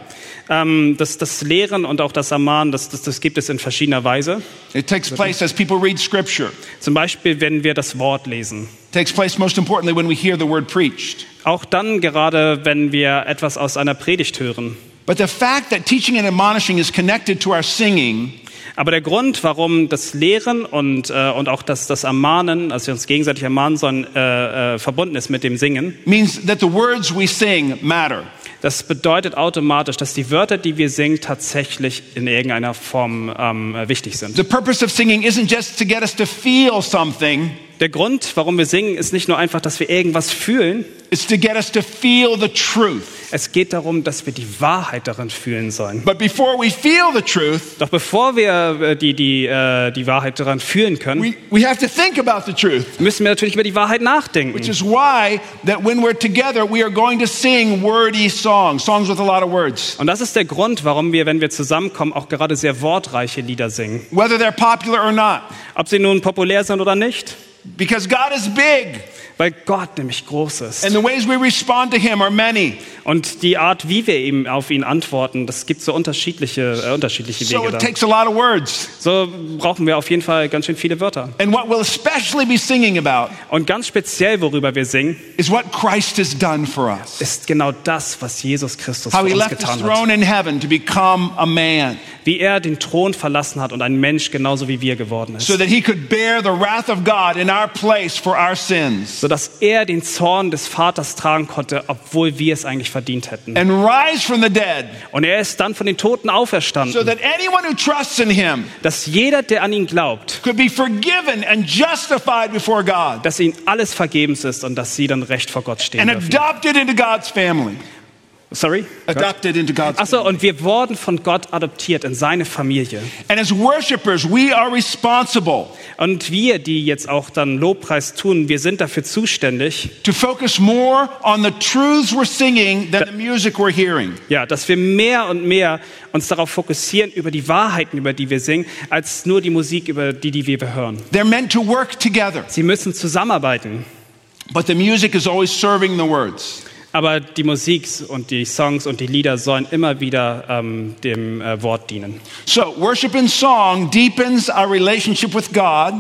Das Lehren und auch das Ermahnen, das gibt es in verschiedener Weise. It takes place as people read scripture. Zum Beispiel, wenn wir das Wort lesen. It takes place most importantly when we hear the word preached. Auch dann gerade, wenn wir etwas aus einer Predigt hören. But the fact that teaching and admonishing is connected to our singing Aber der Grund, warum das Lehren und auch das Ermahnen, also wir uns gegenseitig ermahnen sollen, verbunden ist mit dem Singen, means that the words we sing matter. das bedeutet automatisch, dass die Wörter, die wir singen, tatsächlich in irgendeiner Form wichtig sind. The purpose of singing isn't just to get us to feel something, Der Grund, warum wir singen, ist nicht nur einfach, dass wir irgendwas fühlen. it's to get us to feel the truth. Es geht darum, dass wir die Wahrheit darin fühlen sollen. But before we feel the truth, Doch bevor wir die Wahrheit daran fühlen können, we have to think about the truth. müssen wir natürlich über die Wahrheit nachdenken. Which is why that when we're together, we are going to sing wordy songs with a lot of words. Und das ist der Grund, warum wir, wenn wir zusammenkommen, auch gerade sehr wortreiche Lieder singen. Whether they're popular or not. Ob sie nun populär sind oder nicht. Because God is big. Weil Gott nämlich groß ist. And the ways we respond to Him are many. Und die Art, wie wir eben auf ihn antworten, das gibt so unterschiedliche So Wege it da. takes a lot of words. So brauchen wir auf jeden Fall ganz schön viele Wörter. And what we'll especially be singing about Und ganz speziell, worüber wir singen, is what Christ has done for us. ist genau das, was Jesus Christus How für He uns left His getan hat. throne in heaven to become a man Wie er den Thron verlassen hat und ein Mensch genauso wie wir geworden ist. so that He could bear the wrath of God in our place for our sins Sodass er den Zorn des Vaters tragen konnte, obwohl wir es eigentlich verdient hätten. and rise from the dead Und er ist dann von den Toten so auferstanden, that anyone who trusts in Him dass jeder, der an ihn glaubt, could be forgiven and justified before God dass ihnen alles vergebens ist und dass sie dann recht vor Gott stehen and dürfen. adopted into God's family. Sorry? Adopted into God's Achso, family. und wir wurden von Gott adoptiert in seine Familie. And as worshipers, we are responsible Und wir, die jetzt auch dann Lobpreis tun, wir sind dafür zuständig, to focus more on the truths we're singing than the music we're hearing. ja, dass wir mehr und mehr uns darauf fokussieren, über die Wahrheiten, über die wir singen, als nur die Musik, über die wir hören. They're meant to work together, Sie müssen zusammenarbeiten. but the music is always serving the words. Aber die Musik und die Songs und die Lieder sollen immer wieder dem Wort dienen. So, worship and song deepens our relationship with God.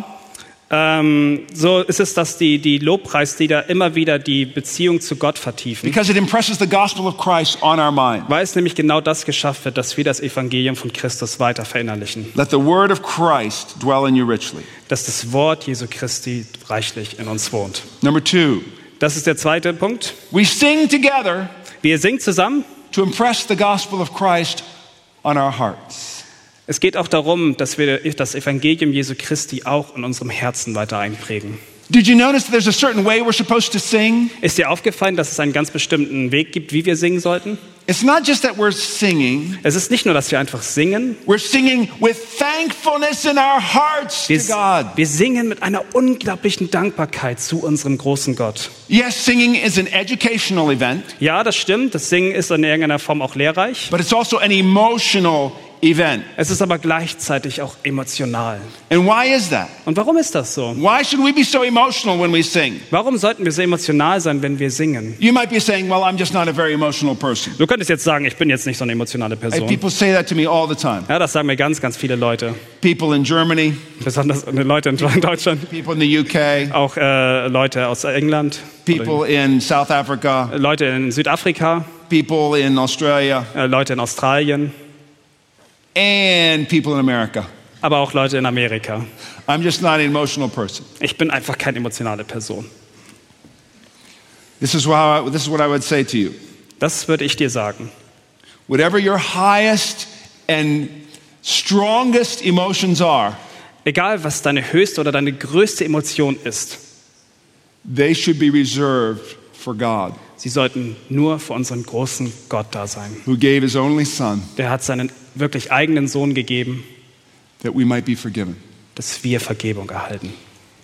So ist es, dass die Lobpreislieder immer wieder die Beziehung zu Gott vertiefen. Because it impresses the gospel of Christ on our mind. Weil es nämlich genau das geschafft wird, dass wir das Evangelium von Christus weiter verinnerlichen. Let the word of Christ dwell in you richly. Dass das Wort Jesu Christi reichlich in uns wohnt. Number 2, Das ist der zweite Punkt. we sing together Wir singen zusammen, to impress the gospel of Christ on our hearts. Es geht auch darum, dass wir das Evangelium Jesu Christi auch in unserem Herzen weiter einprägen. Did you notice there's a certain way we're supposed to sing? Ist dir aufgefallen, dass es einen ganz bestimmten Weg gibt, wie wir singen sollten? It's not just that we're singing. Es ist nicht nur, dass wir einfach singen. We're singing with thankfulness in our hearts to God. Wir singen mit einer unglaublichen Dankbarkeit zu unserem großen Gott. Yes, singing is an educational event, Ja, das stimmt. Das Singen ist in irgendeiner Form auch lehrreich. but it's also an emotional event. Es ist aber gleichzeitig auch emotional. And why is that? Und warum ist das so? Why should we be so emotional when we sing? Warum sollten wir so emotional sein, wenn wir singen? You might be saying, well, I'm just not a very emotional person. Du könntest jetzt sagen, ich bin jetzt nicht so eine emotionale Person. People say that to me all the time. Ja, das sagen mir ganz, ganz viele Leute. People in Germany, Besonders Leute in Deutschland, people in the UK, auch Leute aus England, people in South Africa, Leute in Südafrika, people in Australia, Leute in Australien, and people in America. aber auch Leute in Amerika. I'm just not an emotional person. Ich bin einfach keine emotionale Person. This is what I would say to you. Das würde ich dir sagen. Whatever your highest and strongest emotions are, Egal, was deine höchste oder deine größte Emotion ist, they should be reserved for God, sie sollten nur für unseren großen Gott da sein. who gave his only Son Der hat seinen wirklich eigenen Sohn gegeben, that we might be forgiven. dass wir Vergebung erhalten.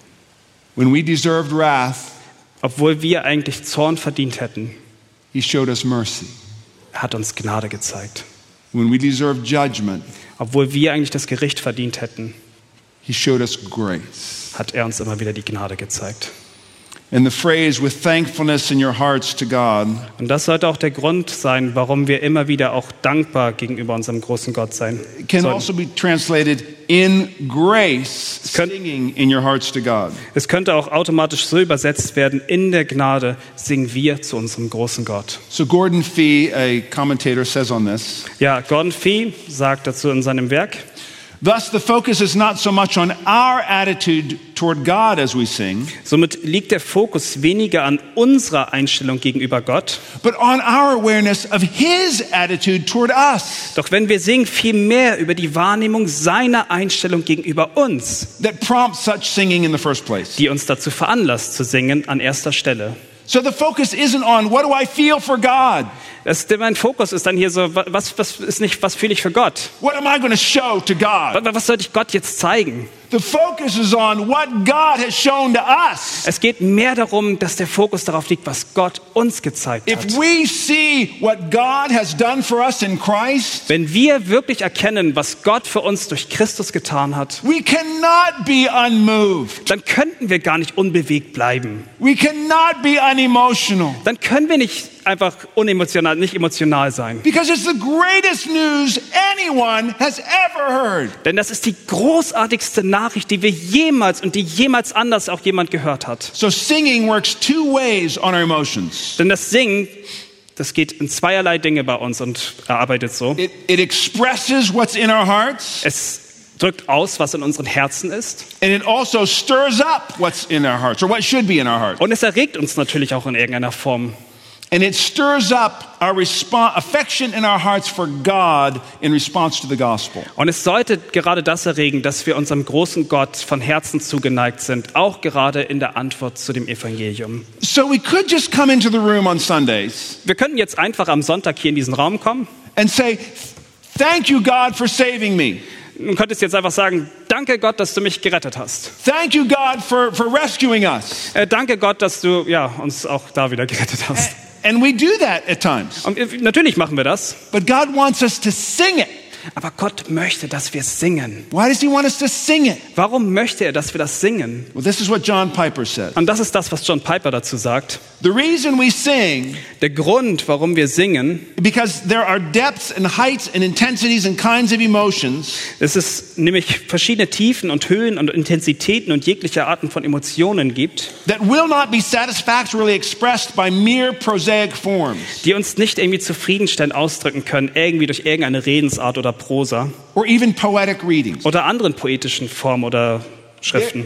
When we deserved wrath, Obwohl wir eigentlich Zorn verdient hätten, he showed us mercy. er hat uns Gnade gezeigt. When we deserved judgment, Obwohl wir eigentlich das Gericht verdient hätten, he showed us grace. hat er uns immer wieder die Gnade gezeigt. And the phrase, with thankfulness in your hearts to God, Und das sollte auch der Grund sein, warum wir immer wieder auch dankbar gegenüber unserem großen Gott sein can sollen. also be translated in grace, Könnt- singing in your hearts to God. Es könnte auch automatisch so übersetzt werden, in der Gnade singen wir zu unserem großen Gott. So Gordon Fee, a commentator, says on this, Ja, Gordon Fee sagt dazu in seinem Werk, thus the focus is not so much on our attitude toward God as we sing, somit liegt der Fokus weniger an unserer Einstellung gegenüber Gott, but on our awareness of his attitude toward us doch wenn wir singen, viel mehr über die Wahrnehmung seiner Einstellung gegenüber uns, that prompts such singing in the first place. die uns dazu veranlasst zu singen an erster Stelle. So the focus isn't on what do I feel for God? Mein Fokus ist dann hier so, was fühle ich für Gott? What am I going to show to God? Was sollte ich Gott jetzt zeigen? The focus is on what God has shown to us. Es geht mehr darum, dass der Fokus darauf liegt, was Gott uns gezeigt hat. If we see what God has done for us in Christ, Wenn wir wirklich erkennen, was Gott für uns durch Christus getan hat, we cannot be unmoved. dann könnten wir gar nicht unbewegt bleiben. We cannot be unemotional. Dann können wir nicht einfach nicht emotional sein. Because it's the greatest news anyone has ever heard. Denn das ist die großartigste Nachricht, die wir jemals und die jemals anders auch jemand gehört hat. So singing works two ways on our emotions. Denn das Singen, das geht in zweierlei Dinge bei uns und arbeitet so. It expresses what's in our hearts, Es drückt aus, was in unseren Herzen ist. and it also stirs up what's in our hearts, or what should be in our hearts. Und es erregt uns natürlich auch in irgendeiner Form. And it stirs up our affection in our hearts for God in response to the gospel. Und es sollte gerade das erregen, dass wir unserem großen Gott von Herzen zugeneigt sind, auch gerade in der Antwort zu dem Evangelium. So we could just come into the room on Sundays Wir könnten jetzt einfach am Sonntag hier in diesen Raum kommen. and say, thank you, God, for saving me. Du könntest jetzt einfach sagen, danke Gott, dass du mich gerettet hast. Thank you, God, for rescuing us. Danke Gott, dass du uns auch da wieder gerettet hast. And we do that at times. Und natürlich machen wir das, But God wants us to sing it. aber Gott möchte, dass wir singen. Why does he want us to sing it? Warum möchte er, dass wir das singen? Well, this is what John Piper said. Und das ist das, was John Piper dazu sagt. The reason we sing, Der Grund, warum wir singen, because there are depths and heights and intensities and kinds of emotions dass es nämlich verschiedene Tiefen und Höhen und Intensitäten und jegliche Arten von Emotionen gibt, that will not be satisfactorily expressed by mere prosaic forms die uns nicht irgendwie zufriedenstellend ausdrücken können, irgendwie durch irgendeine Redensart oder Prosa or even poetic readings. oder anderen poetischen Formen oder Schriften.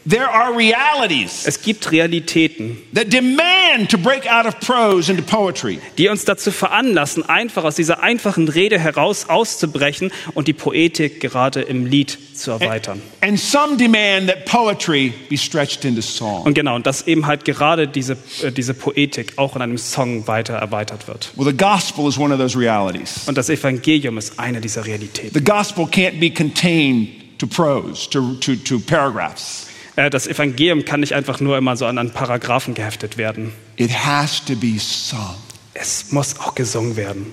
There are realities Es gibt Realitäten, that demand to break out of prose into poetry. die uns dazu veranlassen, einfach aus dieser einfachen Rede heraus auszubrechen und die Poetik gerade im Lied zu erweitern. And some demand that poetry be stretched into song. Und genau, und dass eben halt gerade diese Poetik auch in einem Song weiter erweitert wird. Well, the gospel is one of those realities. Und das Evangelium ist eine dieser Realitäten. The gospel can't be contained to prose, to paragraphs. Das Evangelium kann nicht einfach nur immer so an Paragraphen geheftet werden. It has to be sung. Es muss auch gesungen werden.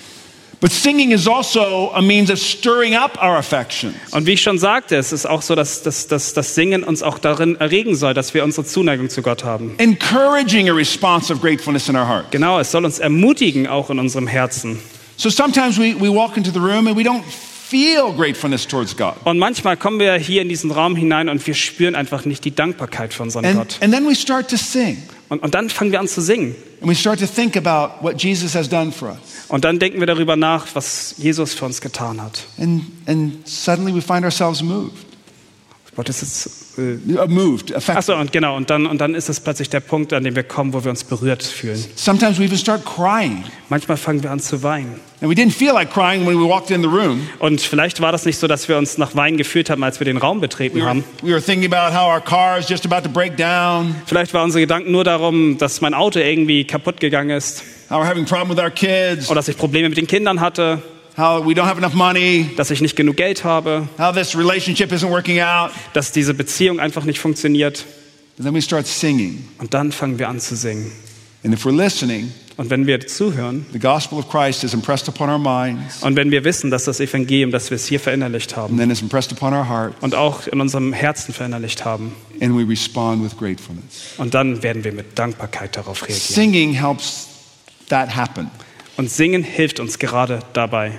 But singing is also a means of stirring up our affections. Und wie ich schon sagte, es ist auch so, dass das Singen uns auch darin erregen soll, dass wir unsere Zuneigung zu Gott haben. Encouraging a response of gratefulness in our heart. Genau, es soll uns ermutigen, auch in unserem Herzen. So sometimes we walk into the room and we don't feel gratefulness towards God. Und manchmal kommen wir hier in diesen Raum hinein und wir spüren einfach nicht die Dankbarkeit für unseren Gott. And then we start to sing. Und dann fangen wir an zu singen. And we start to think about what Jesus has done for us. Und dann denken wir darüber nach, was Jesus für uns getan hat. And suddenly we find ourselves moved. Gott ist jetzt Moved, affected. Achso, und genau, und dann ist es plötzlich der Punkt, an dem wir kommen, wo wir uns berührt fühlen. Sometimes we even start crying. Manchmal fangen wir an zu weinen. And we didn't feel like crying when we walked in the room. Und vielleicht war das nicht so, dass wir uns nach Weinen gefühlt haben, als wir den Raum betreten haben. We were thinking about how our car is just about to break down. Vielleicht waren unsere Gedanken nur darum, dass mein Auto irgendwie kaputt gegangen ist. How we're having a problem with our kids. Oder dass ich Probleme mit den Kindern hatte. How we don't have enough money. Dass ich nicht genug Geld habe. How this relationship isn't working out. Dass diese Beziehung einfach nicht funktioniert. And then we start singing. Und dann fangen wir an zu singen. And if we're listening, und wenn wir zuhören, the gospel of Christ is impressed upon our minds. Und wenn wir wissen, dass das Evangelium, dass wir es hier verinnerlicht haben. And then it's impressed upon our heart. Und auch in unserem Herzen verinnerlicht haben. And we respond with gratefulness. Und dann werden wir mit Dankbarkeit darauf reagieren. Singing helps that happen. Und Singen hilft uns gerade dabei.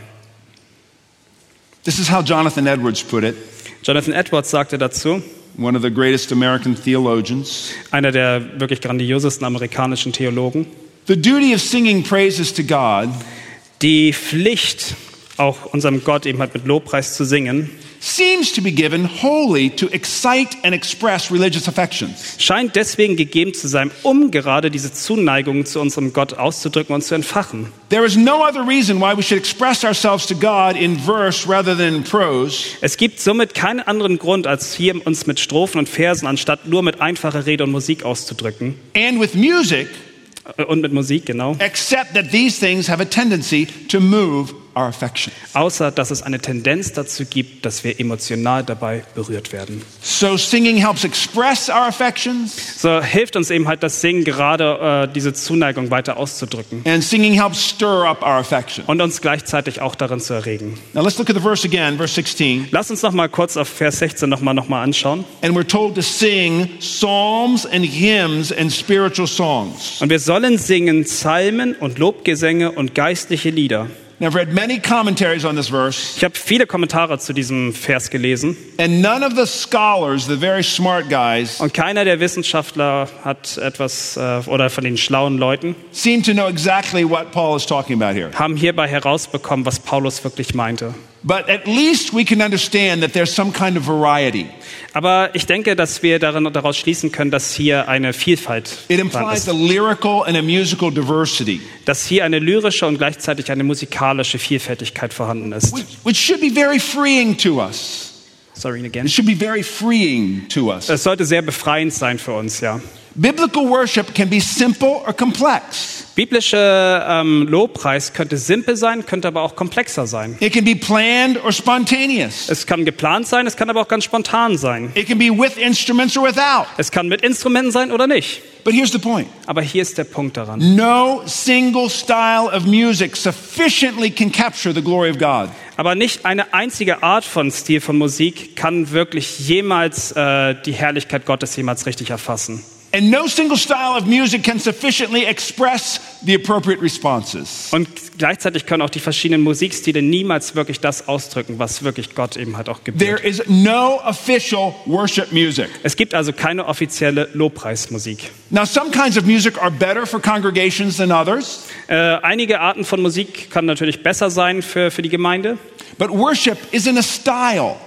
This is how Jonathan Edwards put it. Jonathan Edwards sagte dazu, one of the greatest American theologians, einer der wirklich grandiosesten amerikanischen Theologen. The duty of singing praises to God, die Pflicht, auch unserem Gott eben halt mit Lobpreis zu singen, seems to be given wholly to excite and express religious affections. Scheint deswegen gegeben zu sein, um gerade diese Zuneigung zu unserem Gott auszudrücken und zu entfachen. There is no other reason why we should express ourselves to God in verse rather than in prose. Es gibt somit keinen anderen Grund, als hier uns mit Strophen und Versen anstatt nur mit einfacher Rede und Musik auszudrücken. And with music, und mit Musik, genau. Except that these things have a tendency to move our affections. Außer, dass es eine Tendenz dazu gibt, dass wir emotional dabei berührt werden. So singing helps express our affections. So hilft uns eben halt das Singen gerade diese Zuneigung weiter auszudrücken. And singing helps stir up our affection. Und uns gleichzeitig auch darin zu erregen. Now let's look at the verse again, verse 16. Lass uns noch mal kurz auf Vers 16 noch mal anschauen. And we're told to sing psalms and hymns and spiritual songs. Und wir sollen singen Psalmen und Lobgesänge und geistliche Lieder. Now, I've read many commentaries on this verse. Ich habe viele Kommentare zu diesem Vers gelesen. And none of the scholars, the very smart guys, und keiner der Wissenschaftler hat oder von den schlauen Leuten, seem to know exactly what Paul is talking about here. Haben hierbei herausbekommen, was Paulus wirklich meinte. But at least we can understand that there's some kind of variety. Aber ich denke, dass wir daraus schließen können, dass hier eine Vielfalt It implies a lyrical and a musical diversity. Dass hier eine lyrische und gleichzeitig eine musikalische Vielfältigkeit vorhanden ist. Which should be very freeing to us. Sorry again. It should be very freeing to us. Es sollte sehr befreiend sein für uns, ja. Biblical worship can be simple or complex. Biblische Lobpreis könnte simpel sein, könnte aber auch komplexer sein. It can be planned or spontaneous. Es kann geplant sein, es kann aber auch ganz spontan sein. It can be with instruments or without. Es kann mit Instrumenten sein oder nicht. But here's the point. Aber hier ist der Punkt daran. No single style of music sufficiently can capture the glory of God. Aber nicht eine einzige Art von Stil von Musik kann wirklich jemals die Herrlichkeit Gottes jemals richtig erfassen. And no single style of music can sufficiently express the appropriate responses. Und gleichzeitig können auch die verschiedenen Musikstile niemals wirklich das ausdrücken, was wirklich Gott eben halt auch gebührt. There is no official worship music. Es gibt also keine offizielle Lobpreismusik. Now, some kinds of music are better for congregations than others. Einige Arten von Musik kann natürlich besser sein für die Gemeinde. But worship isn't a style.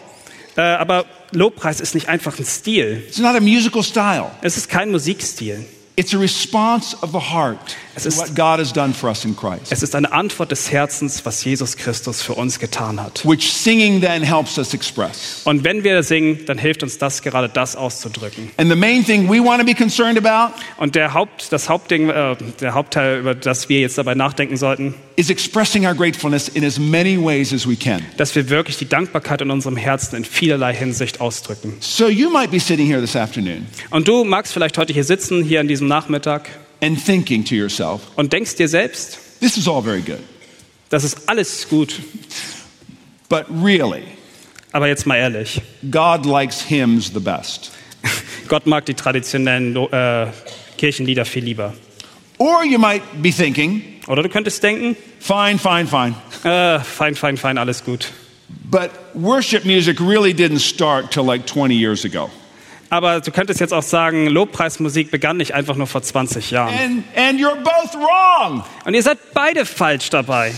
Aber Lobpreis ist nicht einfach ein Stil. It's not a musical style. Es ist kein Musikstil. It's a response of the heart Es to ist- what God has done for us in Christ. Es ist eine Antwort des Herzens, was Jesus Christus für uns getan hat. Which singing then helps us express. Und wenn wir singen, dann hilft uns das, gerade das auszudrücken. And the main thing we want to be concerned about Und der Hauptteil, über das wir jetzt dabei nachdenken sollten, is expressing our gratefulness in as many ways as we can. dass wir wirklich die Dankbarkeit in unserem Herzen in vielerlei Hinsicht ausdrücken. So you might be sitting here this afternoon Und du magst vielleicht heute hier sitzen, hier an diesem Nachmittag, and thinking to yourself, und denkst dir selbst, this is all very good. das ist alles gut. But really, Aber jetzt mal ehrlich, God likes hymns the best. Gott mag die traditionellen Kirchenlieder viel lieber. Or you might be thinking, Oder du könntest denken, fine, fine, fine. fein, alles gut. But worship music really didn't start till like 20 years ago. Aber du könntest jetzt auch sagen, Lobpreismusik begann nicht einfach nur vor 20 Jahren. And you're both wrong. Und ihr seid beide falsch dabei.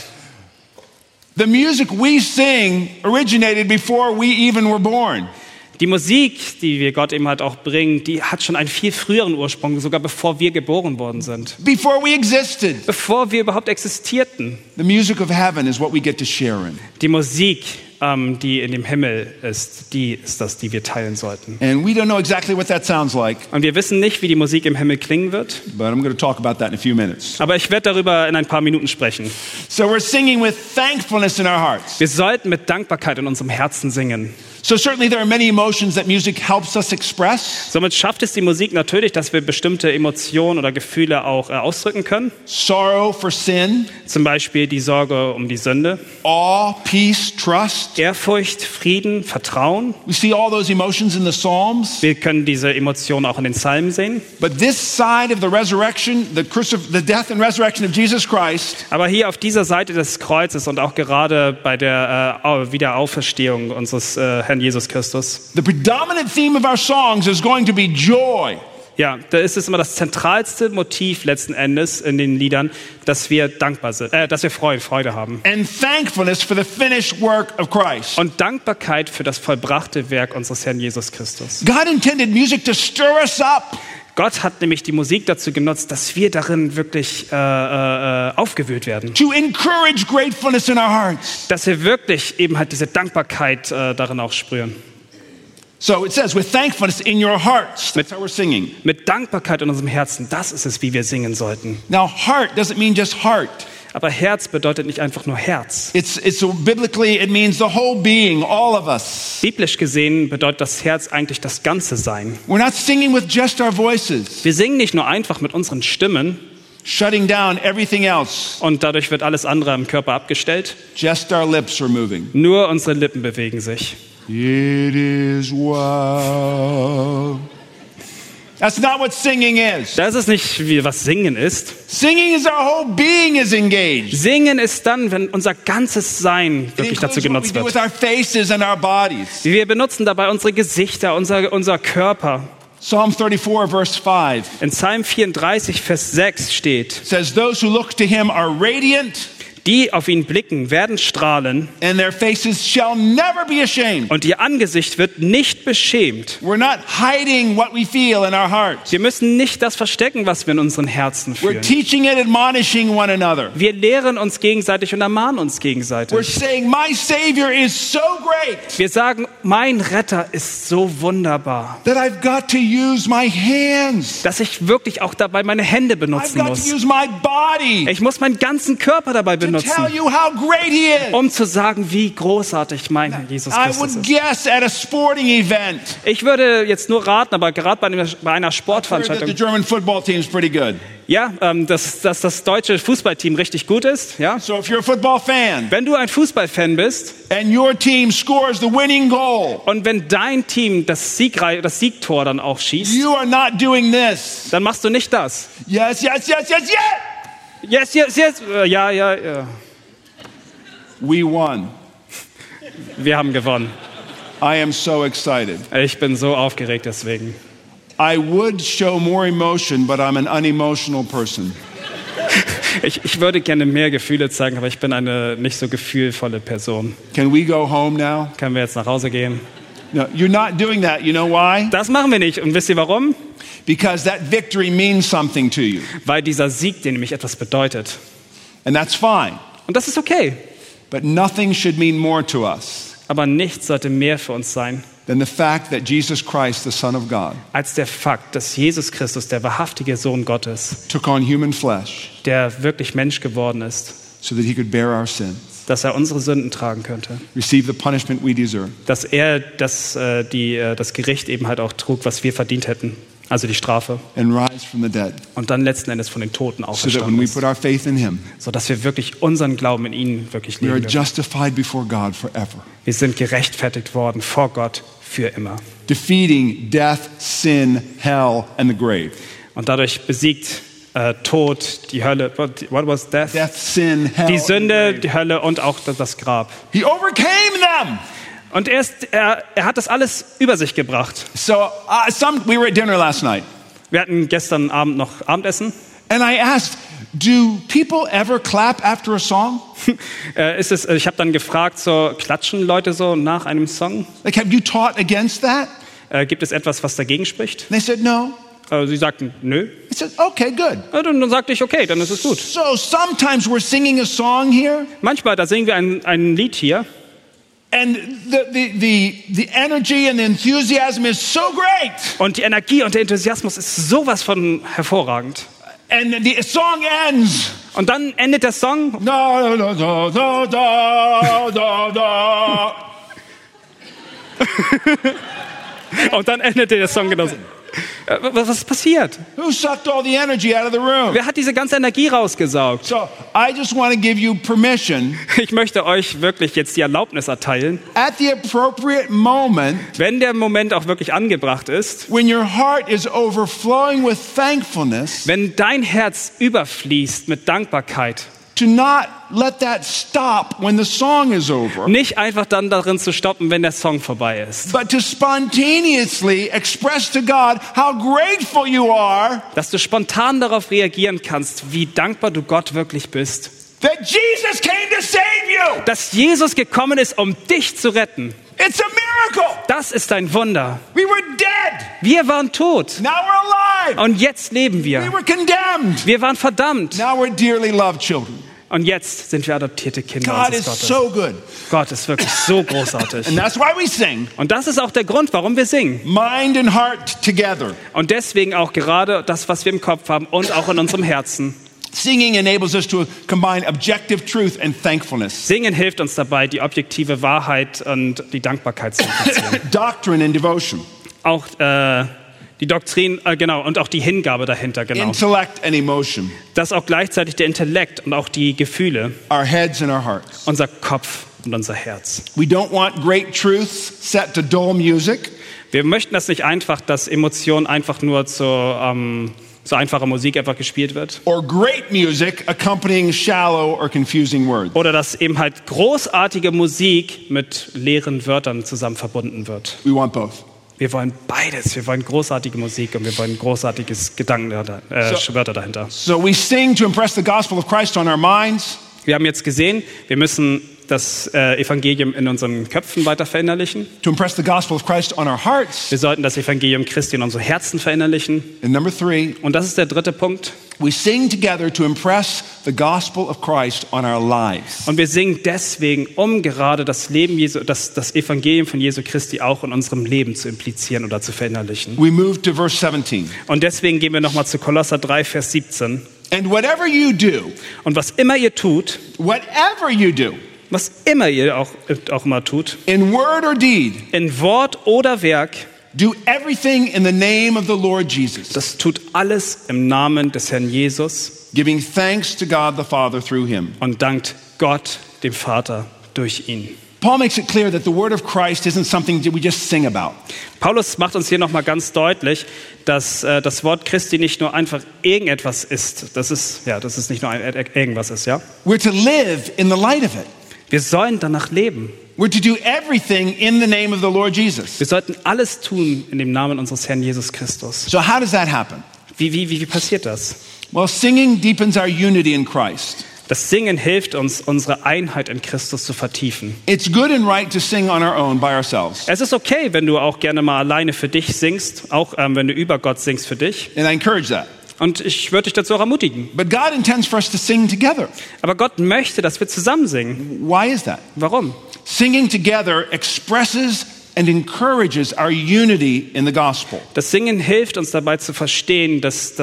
The music we sing originated before we even were born. Die Musik, die wir Gott eben halt auch bringen, die hat schon einen viel früheren Ursprung, sogar bevor wir geboren worden sind. Before we existed. Bevor wir überhaupt existierten. The music of heaven is what we get to share in. Die Musik, die in dem Himmel ist, die ist das, die wir teilen sollten. And we don't know exactly what that sounds like, Und wir wissen nicht, wie die Musik im Himmel klingen wird, but I'm going to talk about that in a few minutes. aber ich werde darüber in ein paar Minuten sprechen. So we're singing with thankfulness in our hearts. Wir sollten mit Dankbarkeit in unserem Herzen singen. So certainly there are many emotions that music helps us express. Somit schafft es die Musik natürlich, dass wir bestimmte Emotionen oder Gefühle auch ausdrücken können. Sorrow for sin, Zum Beispiel die Sorge um die Sünde, awe, peace, trust. Ehrfurcht, Frieden, Vertrauen. We see all those emotions in the Psalms. Wir können diese Emotionen auch in den Psalmen sehen. But this side of the resurrection, the death and resurrection of Jesus Christ, Aber hier auf dieser Seite des Kreuzes und auch gerade bei der Wiederauferstehung unseres Herrn Jesus Christus, the predominant theme of our songs is going to be joy. ja, da ist es immer das zentralste Motiv letzten Endes in den Liedern, dass wir dankbar sind, dass wir Freude haben. And thankfulness for the finished work of Christ. Und Dankbarkeit für das vollbrachte Werk unseres Herrn Jesus Christus. God intended music to stir us up. Gott hat nämlich die Musik dazu genutzt, dass wir darin wirklich aufgewühlt werden. To encourage gratefulness in our hearts. Dass wir wirklich eben halt diese Dankbarkeit darin auch spüren. So it says, with thankfulness in your hearts. That's how we're singing. Mit Dankbarkeit in unserem Herzen, das ist es, wie wir singen sollten. Now, heart doesn't mean just heart. Aber Herz bedeutet nicht einfach nur Herz. Biblically, it means the whole being, all of us. Biblisch gesehen bedeutet das Herz eigentlich das ganze Sein. We're not singing with just our voices, Wir singen nicht nur einfach mit unseren Stimmen shutting down everything else. und dadurch wird alles andere im Körper abgestellt. Just our lips are moving. Nur unsere Lippen bewegen sich. It is well. That's not what singing is. Das ist nicht, wie was Singen ist. Singing is our whole being is engaged. Singen ist dann, wenn unser ganzes Sein It wirklich dazu includes what we genutzt do with wird. our faces and our bodies. Wir benutzen dabei unsere Gesichter, unser Körper. Psalm 34, verse 5 In Psalm 34, Vers 6 steht, says, those who look to him are radiant, die auf ihn blicken, werden strahlen and their faces shall never be ashamed. und ihr Angesicht wird nicht beschämt. We're not hiding what we feel in our hearts. Wir müssen nicht das verstecken, was wir in unseren Herzen We're fühlen. teaching and admonishing one another. Wir lehren uns gegenseitig und ermahnen uns We're gegenseitig. saying, my Savior is so great Wir sagen, mein Retter ist so wunderbar, that I've got to use my hands. dass ich wirklich auch dabei meine Hände I've benutzen got to muss. use my body Ich muss meinen ganzen Körper dabei to tell benutzen, you how great he is. um zu sagen, wie großartig mein Herr Jesus I Christus would ist. guess at a sporting event. Ich würde jetzt nur raten, aber gerade bei einer Heard that the Sportveranstaltung, German football team's pretty good. ja, dass das deutsche Fußballteam richtig gut ist. Ja? So if you're a football fan Wenn du ein Fußballfan bist and your team scores the winning goal, und wenn dein Team das Siegtor dann auch schießt, you are not doing this. dann machst du nicht das. Yes, yes, yes, yes, yes. Yes. Ja. We won. Wir haben gewonnen. I am so excited. Ich bin so aufgeregt deswegen. I would show more emotion, but I'm an unemotional person. Ich würde gerne mehr Gefühle zeigen, aber ich bin eine nicht so gefühlvolle Person. Can we go home now? Können wir jetzt nach Hause gehen? No, you're not doing that. You know why? Das machen wir nicht. Und wisst ihr warum? Because that victory means something to you. Weil dieser Sieg dir nämlich etwas bedeutet. And that's fine. Und das ist okay. But nothing should mean more to us Aber nichts sollte mehr für uns sein, than the fact that Jesus Christ, the Son of God, als der Fakt, dass Jesus Christus, der wahrhaftige Sohn Gottes, took on human flesh der wirklich Mensch geworden ist, so that he could bear our sins, dass er unsere Sünden tragen könnte, receive the punishment we deserve, dass er das Gericht eben halt auch trug, was wir verdient hätten, also die Strafe, and rise from the dead, und dann letzten Endes von den Toten so that when auferstanden we ist, put our faith in him, sodass wir wirklich unseren Glauben in ihn wirklich we are leben dürfen. justified before God forever, Wir sind gerechtfertigt worden vor Gott für immer defeating death, sin, hell, and the grave. und dadurch besiegt Tod, die Hölle, what was death? Death, sin, hell, Die and the Sünde, grave. die Hölle und auch das Grab. He overcame them. Und er hat das alles über sich gebracht. So we were at dinner last night, Wir hatten gestern Abend noch Abendessen. and I asked, do people ever clap after a song? Ich habe dann gefragt, so klatschen Leute so nach einem Song? Like, have you taught against that? Gibt es etwas, was dagegen spricht? And they said, no. Sie sagten, nö. I said, okay, good. Dann sagte ich, okay, dann ist es gut. So sometimes we're singing a song here, Manchmal, da singen wir ein Lied hier and the energy and the enthusiasm is so great, und die Energie und der Enthusiasmus ist sowas von hervorragend. and the song ends. Und dann endet der Song Da, da, da, da, da, da, da. und dann endet der Song genauso. Was ist passiert? Who sucked all the energy out of the room? Wer hat diese ganze Energie rausgesaugt? So I just want to give you permission Ich möchte euch wirklich jetzt die Erlaubnis erteilen, at the appropriate moment, wenn der Moment auch wirklich angebracht ist, when your heart is overflowing with thankfulness, wenn dein Herz überfließt mit Dankbarkeit, to not let that stop when the song is over, nicht einfach dann darin zu stoppen, wenn der Song vorbei ist, but to spontaneously express to God how grateful you are dass du spontan darauf reagieren kannst, wie dankbar du Gott wirklich bist, that Jesus came to save you. dass Jesus gekommen ist, um dich zu retten. It's a miracle. Das ist ein Wunder. We were dead. Wir waren tot Now we're alive. und jetzt leben We wir. were condemned. Wir waren verdammt Now we're dearly loved children. und jetzt sind wir adoptierte Kinder God unseres is Gottes. so good. Gott ist wirklich so großartig. And that's why we sing. Und das ist auch der Grund, warum wir singen. Mind and heart together. Und deswegen auch gerade das, was wir im Kopf haben und auch in unserem Herzen. Singing enables us to combine objective truth and thankfulness, Singen hilft uns dabei, die objektive Wahrheit und die Dankbarkeit zu implizieren. doctrine and devotion, Auch die Doktrin, genau, und auch die Hingabe dahinter, genau. intellect and emotion, Das ist auch gleichzeitig der Intellekt und auch die Gefühle, our heads and our hearts. unser Kopf und unser Herz. We don't want great truths set to dull music. Wir möchten das nicht einfach, dass Emotionen einfach nur so einfache Musik einfach gespielt wird. Or great music accompanying shallow or confusing words. Oder dass eben halt großartige Musik mit leeren Wörtern zusammen verbunden wird. We want both. Wir wollen beides. Wir wollen großartige Musik und wir wollen großartiges Wörter dahinter. So we sing to impress the gospel of Christ on our minds. Wir haben jetzt gesehen, wir müssen das Evangelium in unseren Köpfen weiter verinnerlichen. To impress the gospel of Christ on our hearts. Wir sollten das Evangelium Christi in unsere Herzen verinnerlichen. And number 3, Und das ist der dritte Punkt. we sing together to impress the gospel of Christ on our lives. Und wir singen deswegen, um gerade das Leben Jesu, das Evangelium von Jesu Christi auch in unserem Leben zu implizieren oder zu verinnerlichen. We move to verse 17. Und deswegen gehen wir nochmal zu Kolosser 3, Vers 17. And whatever you do, Und was immer ihr tut, whatever you do, was immer ihr auch mal tut, in word or deed, in Wort oder Werk, do everything in the name of the Lord Jesus, das tut alles im Namen des Herrn Jesus giving thanks to God the Father through him. und dankt Gott, dem Vater, durch ihn. Paul makes it clear that the word of Christ isn't something that we just sing about. Paulus macht uns hier nochmal ganz deutlich, dass das Wort Christi nicht nur einfach irgendetwas ist. Das ist nicht nur irgendwas ist, ja. We're to live in the light of it. Wir sollen danach leben. We're to do everything in the name of the Lord Jesus. Wir sollten alles tun in dem Namen unseres Herrn Jesus Christus. So how does that happen? Wie passiert das? Well, singing deepens our unity in Christ. Das Singen hilft uns, unsere Einheit in Christus zu vertiefen. It's good and right to sing on our own by ourselves. Es ist okay, wenn du auch gerne mal alleine für dich singst, auch wenn du über Gott singst für dich. And I encourage that. Und ich würde dich dazu auch ermutigen. But God intends for us to sing together. Aber Gott möchte, dass wir zusammen singen. Why is that? Warum? Singing together expresses and encourages our unity in the gospel. Das Singen hilft uns dabei zu verstehen, dass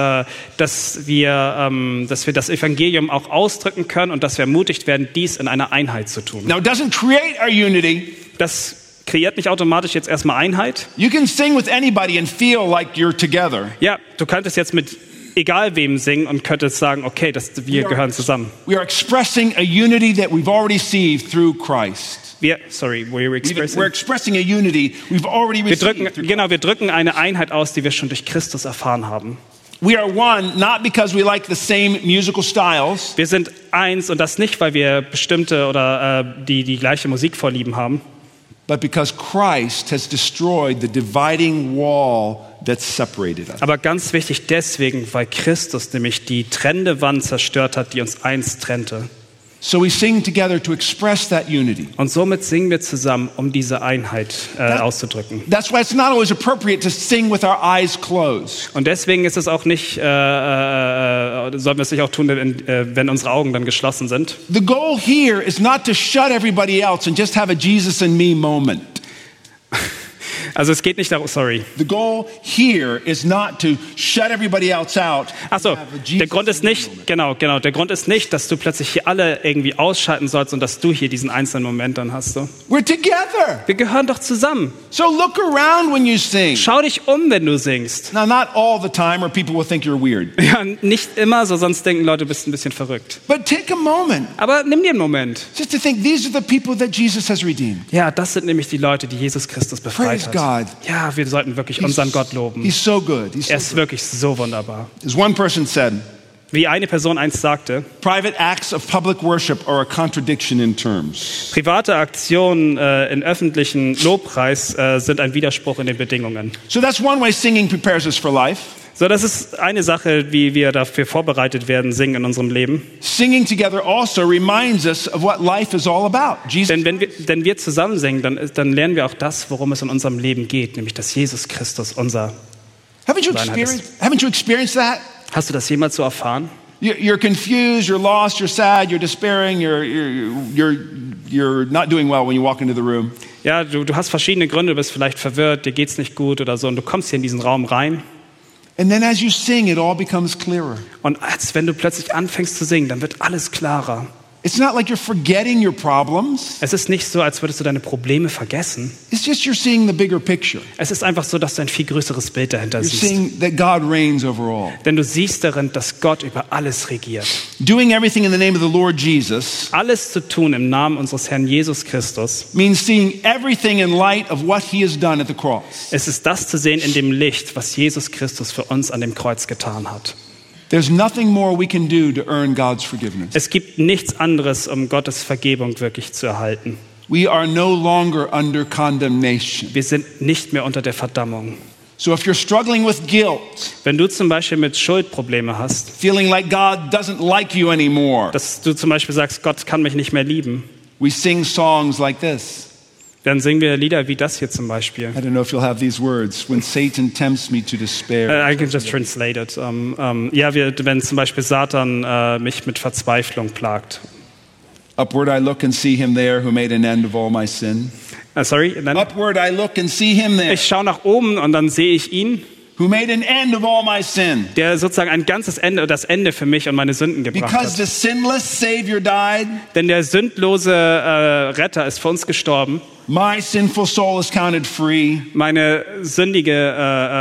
wir das Evangelium auch ausdrücken können und dass wir ermutigt werden, dies in einer Einheit zu tun. Now, it doesn't create our unity. Das kreiert nicht automatisch jetzt erstmal Einheit. You can sing with anybody and feel like you're together. Ja, du könntest jetzt mit egal wem singen und könntest sagen, okay, wir gehören zusammen. We are expressing a unity that we've already received through Christ. We're expressing a unity we've already received. Wir drücken eine Einheit aus, die wir schon durch Christus erfahren haben. We are one, not because we like the same musical styles. Wir sind eins und das nicht, weil wir bestimmte oder die gleiche Musikvorlieben haben. But because Christ has destroyed the dividing wall that separated us. Aber ganz wichtig deswegen, weil Christus nämlich die trennende Wand zerstört hat, die uns einst trennte. So we sing together to express that unity. Und somit singen wir zusammen, um diese Einheit auszudrücken. That's why it's not always appropriate to sing with our eyes closed. Und deswegen ist es auch nicht, sollten wir es nicht auch tun, wenn unsere Augen dann geschlossen sind. The goal here is not to shut everybody else and just have a Jesus and me moment. Also es geht nicht darum, The goal here is not to shut everybody else out. Achso, der Grund ist nicht, genau, der Grund ist nicht, dass du plötzlich hier alle irgendwie ausschalten sollst und dass du hier diesen einzelnen Moment dann hast. So. We're together. Wir gehören doch zusammen. So look around when you sing. Schau dich um, wenn du singst. Now, not all the time or people will think you're weird. Ja, nicht immer, so sonst denken Leute, du bist ein bisschen verrückt. But take a moment. Aber nimm dir einen Moment. Just to think, these are the people that Jesus has redeemed. Ja, das sind nämlich die Leute, die Jesus Christus befreit Praise hat. God. Ja, wir sollten wirklich unseren Gott loben. He's so good. Er ist wirklich so wunderbar. As one person said, wie eine Person einst sagte, private acts of public worship are a contradiction in terms. Private Aktionen in öffentlichen Lobpreis sind ein Widerspruch in den Bedingungen. So that's one way singing prepares us for life. So, das ist eine Sache, wie wir dafür vorbereitet werden, singen in unserem Leben. Singing together also reminds us of what life is all about. Denn wenn wir zusammen singen, dann lernen wir auch das, worum es in unserem Leben geht, nämlich dass Jesus Christus unser Haven't you experienced that? Hast du das jemals so erfahren? You're confused, you're lost, you're sad, you're despairing, you're not doing well when you walk into the room. Ja, du hast verschiedene Gründe, du bist vielleicht verwirrt, dir geht's nicht gut oder so und du kommst hier in diesen Raum rein. And then as you sing, it all becomes clearer. Und wenn du plötzlich anfängst zu singen, dann wird alles klarer. It's not like you're forgetting your problems. Es ist nicht so, als würdest du deine Probleme vergessen. It's just you're seeing the bigger picture. Es ist einfach so, dass du ein viel größeres Bild dahinter You're siehst. seeing that God reigns over all. Denn du siehst darin, dass Gott über alles regiert. Doing everything in the name of the Lord Jesus Alles zu tun im Namen unseres Herrn Jesus Christus. means seeing everything in light of what he has done at the cross. Es ist das zu sehen in dem Licht, was Jesus Christus für uns an dem Kreuz getan hat. There's nothing more we can do to earn God's forgiveness. Es gibt nichts anderes, um Gottes Vergebung wirklich zu erhalten. We are no longer under condemnation. Wir sind nicht mehr unter der Verdammung. So if you're struggling with guilt, Wenn du zum Beispiel mit Schuldprobleme hast, feeling like God doesn't like you anymore, dass du zum Beispiel sagst, Gott kann mich nicht mehr lieben, we sing songs like this. dann singen wir Lieder wie das hier zum Beispiel. I don't know if you'll have these words. When Satan tempts me to despair. I can just translate it. Wenn zum Beispiel Satan mich mit Verzweiflung plagt. Upward I look and see him there who made an end of all my sin. Upward I look and see him there Ich schaue nach oben und dann sehe ich ihn, who made an end of all my sin. der sozusagen ein ganzes Ende, das Ende für mich und meine Sünden gebracht Because hat. the sinless Savior died, Denn der sündlose Retter ist für uns gestorben. my sinful soul is counted free. Meine sündige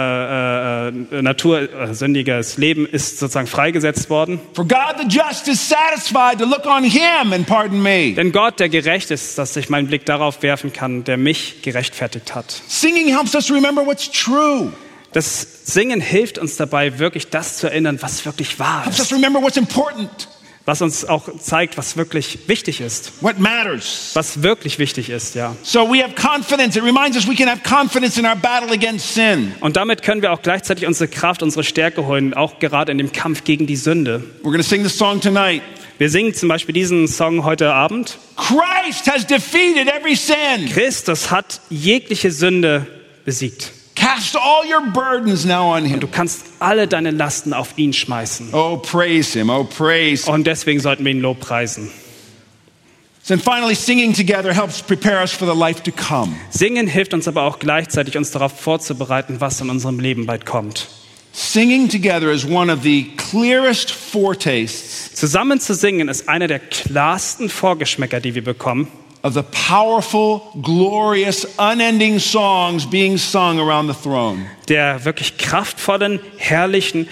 sündiges Leben ist sozusagen freigesetzt worden. For God the just is satisfied to look on him and pardon me. Denn Gott, der gerecht ist, dass ich meinen Blick darauf werfen kann, der mich gerechtfertigt hat. Singing helps us remember what's true. Das Singen hilft uns dabei, wirklich das zu erinnern, was wirklich wahr Helps us ist. remember what's important, Was uns auch zeigt, was wirklich wichtig ist. what matters. Was wirklich wichtig ist, ja. So we have confidence. It reminds us we can have confidence in our battle against sin. Und damit können wir auch gleichzeitig unsere Kraft, unsere Stärke holen, auch gerade in dem Kampf gegen die Sünde. We're going to sing this song tonight. Wir singen zum Beispiel diesen Song heute Abend. Christ has defeated every sin. Christus hat jegliche Sünde besiegt. Cast all your burdens now on him. Du kannst alle deine Lasten auf ihn schmeißen. Oh, praise him. Oh, praise him. Und deswegen sollten wir ihn lobpreisen. And finally, singing together helps prepare us for the life to come. Singen hilft uns aber auch gleichzeitig, uns darauf vorzubereiten, was in unserem Leben bald kommt. Singing together is one of the clearest foretastes Zusammen zu singen ist einer der klarsten Vorgeschmäcker, die wir bekommen. of the powerful, glorious, unending songs being sung around the throne. Der wirklich kraftvollen, herrlichen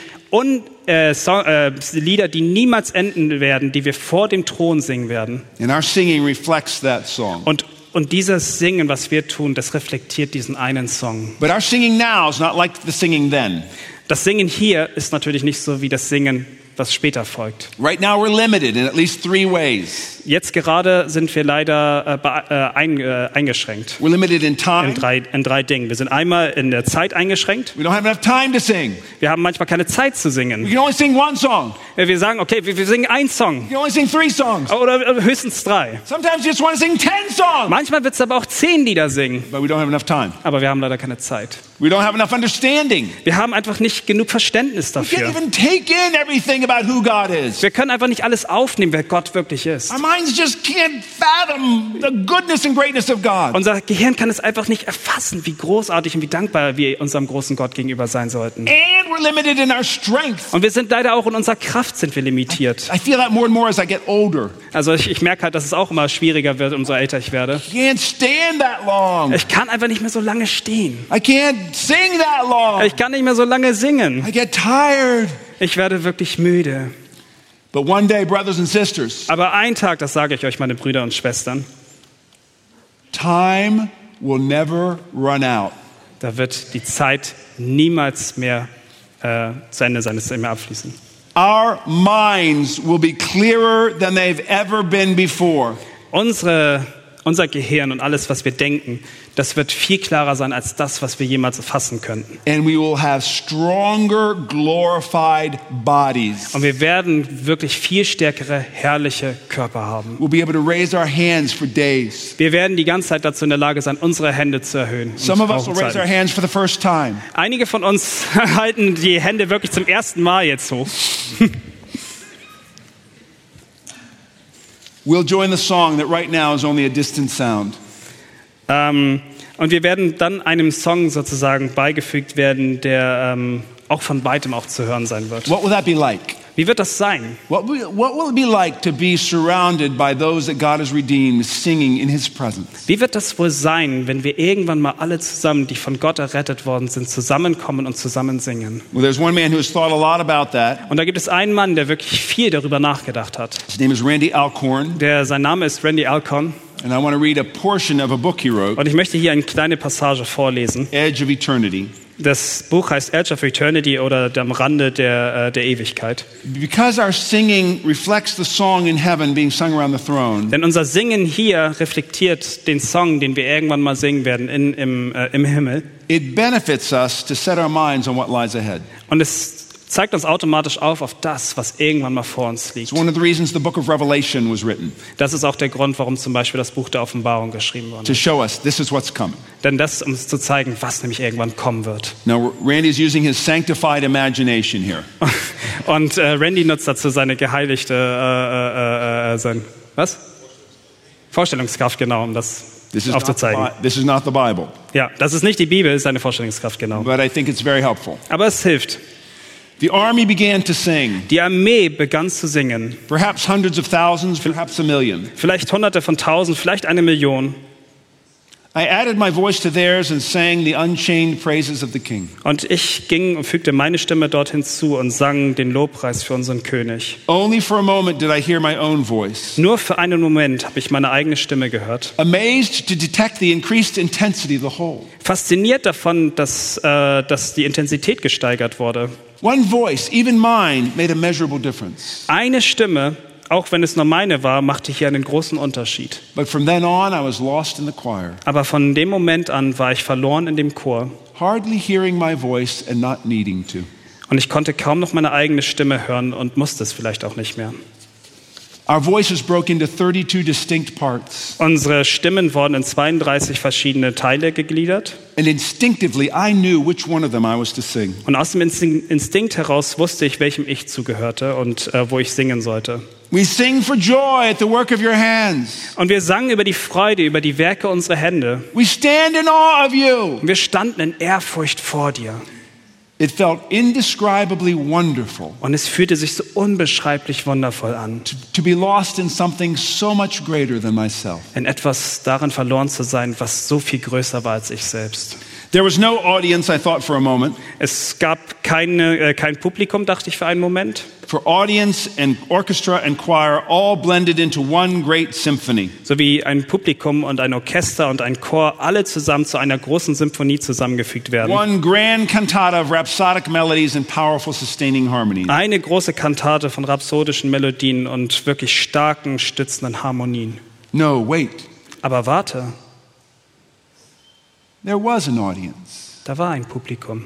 Lieder, die niemals enden werden, die wir vor dem Thron singen werden. And our singing reflects that song. Und dieses Singen, was wir tun, das reflektiert diesen einen Song. But our singing now is not like the singing then. Das Singen hier ist natürlich nicht so wie das Singen, was später folgt. Right now we're limited in at least 3 ways. Jetzt gerade sind wir leider eingeschränkt We're limited in time. in drei Dingen. Wir sind einmal in der Zeit eingeschränkt. We don't have enough time to sing. Wir haben manchmal keine Zeit zu We singen. can only sing one song. Wir sagen, okay, wir singen einen Song We can only sing 3 songs. oder höchstens 3. Sometimes you just want to sing 10 songs. Manchmal wird es aber auch 10 Lieder singen, But we don't have enough time. aber wir haben leider keine Zeit. We don't have enough understanding. Wir haben einfach nicht genug Verständnis We can't dafür. even take in everything about who God is. Wir können einfach nicht alles aufnehmen, wer Gott wirklich ist. Our minds just can't fathom the goodness and greatness of God. Unser Gehirn kann es einfach nicht erfassen, wie großartig und wie dankbar wir unserem großen Gott gegenüber sein sollten. And we're limited in our strength. Und wir sind leider auch in unserer Kraft sind wir limitiert. I feel that more and more as I get older. Also ich merke halt, dass es auch immer schwieriger wird, umso älter ich werde. Can't stand that long. Ich kann einfach nicht mehr so lange stehen. I can't sing that long. Ich kann nicht mehr so lange singen. I get tired. Ich werde wirklich müde. But one day, brothers and sisters, Aber ein Tag, das sage ich euch, meine Brüder und Schwestern, time will never run out. da wird die Zeit niemals mehr zu Ende sein, es wird mehr abfließen. Our minds will be clearer than they've ever been before. Unser Gehirn und alles, was wir denken, das wird viel klarer sein als das, was wir jemals erfassen könnten. And we will have stronger, glorified bodies. Und wir werden wirklich viel stärkere, herrliche Körper haben. We'll be able to raise our hands for days. Wir werden die ganze Zeit dazu in der Lage sein, unsere Hände zu erhöhen. und Some of us will raise our hochzuhalten. hands for the first time. Einige von uns halten die Hände wirklich zum ersten Mal jetzt hoch. We'll join the song that right now is only a distant sound. Und wir werden dann einem Song sozusagen beigefügt werden, der auch von weitem auch zu hören sein wird. What will that be like? Wie wird das sein? What will it be like to be surrounded by those that God has redeemed, singing in His presence? Wie wird das wohl sein, wenn wir irgendwann mal alle zusammen, die von Gott errettet worden sind, zusammenkommen und zusammen singen? Well, there's one man who has thought a lot about that. Und da gibt es einen Mann, der wirklich viel darüber nachgedacht hat. His name is Randy Alcorn, Sein Name ist Randy Alcorn. and I want to read a portion of a book he wrote, Und ich möchte hier eine kleine Passage vorlesen. Edge of Eternity. Das Buch heißt Edge of Eternity oder am Rande der Ewigkeit. Because our singing reflects the song in heaven being sung around the throne, Denn unser Singen hier reflektiert den Song, den wir irgendwann mal singen werden im Himmel. it benefits us to set our minds on what lies ahead. Und es zeigt uns automatisch auf das, was irgendwann mal vor uns liegt. It's one of the reasons the book of Revelation was written, Das ist auch der Grund, warum zum Beispiel das Buch der Offenbarung geschrieben wurde. to show us this is what's coming. Denn das, um uns zu zeigen, was nämlich irgendwann kommen wird. Now, Randy's using his sanctified imagination here. Und Randy nutzt dazu seine geheiligte, Vorstellungskraft, genau, um das aufzuzeigen. This is not the Bible, Ja, das ist nicht die Bibel, ist seine Vorstellungskraft, genau. but I think it's very helpful. Aber es hilft. The army began to sing, Die Armee begann zu singen. perhaps hundreds of thousands, perhaps a million. Vielleicht Hunderte von Tausend, vielleicht 1 Million. I added my voice to theirs and sang the unchained praises of the King. Und ich ging und fügte meine Stimme dort hinzu und sang den Lobpreis für unseren König. Only for a moment did I hear my own voice. Nur für einen Moment habe ich meine eigene Stimme gehört. Amazed to detect the increased intensity of the whole. Fasziniert davon, dass die Intensität gesteigert wurde. One voice, even mine, made a measurable difference. Eine Stimme, auch wenn es nur meine war, machte hier einen großen Unterschied. But from then on, I was lost in the choir, Aber von dem Moment an war ich verloren in dem Chor. hardly hearing my voice and not needing to. Und ich konnte kaum noch meine eigene Stimme hören und musste es vielleicht auch nicht mehr. Our voices broke into 32 distinct parts. Unsere Stimmen wurden in 32 verschiedene Teile gegliedert. And instinctively, I knew which one of them I was to sing. Und aus dem Instinkt heraus wusste ich, welchem ich zugehörte und wo ich singen sollte. We sing for joy at the work of your hands. Und wir sangen über die Freude, über die Werke unserer Hände. We stand in awe of you. Und wir standen in Ehrfurcht vor dir. It felt indescribably wonderful Und es fühlte sich so unbeschreiblich wundervoll an, to be lost in something so much greater than myself. in etwas darin verloren zu sein, was so viel größer war als ich selbst. There was no audience, I thought for a moment. Es gab kein Publikum, dachte ich für einen Moment. For audience and orchestra and choir all blended into one great symphony. So wie ein Publikum und ein Orchester und ein Chor alle zusammen zu einer großen Symphonie zusammengefügt werden. One grand cantata of rhapsodic melodies and powerful sustaining harmonies. Eine große Kantate von rhapsodischen Melodien und wirklich starken, stützenden Harmonien. No, wait. Aber warte, There was an audience. da war ein Publikum.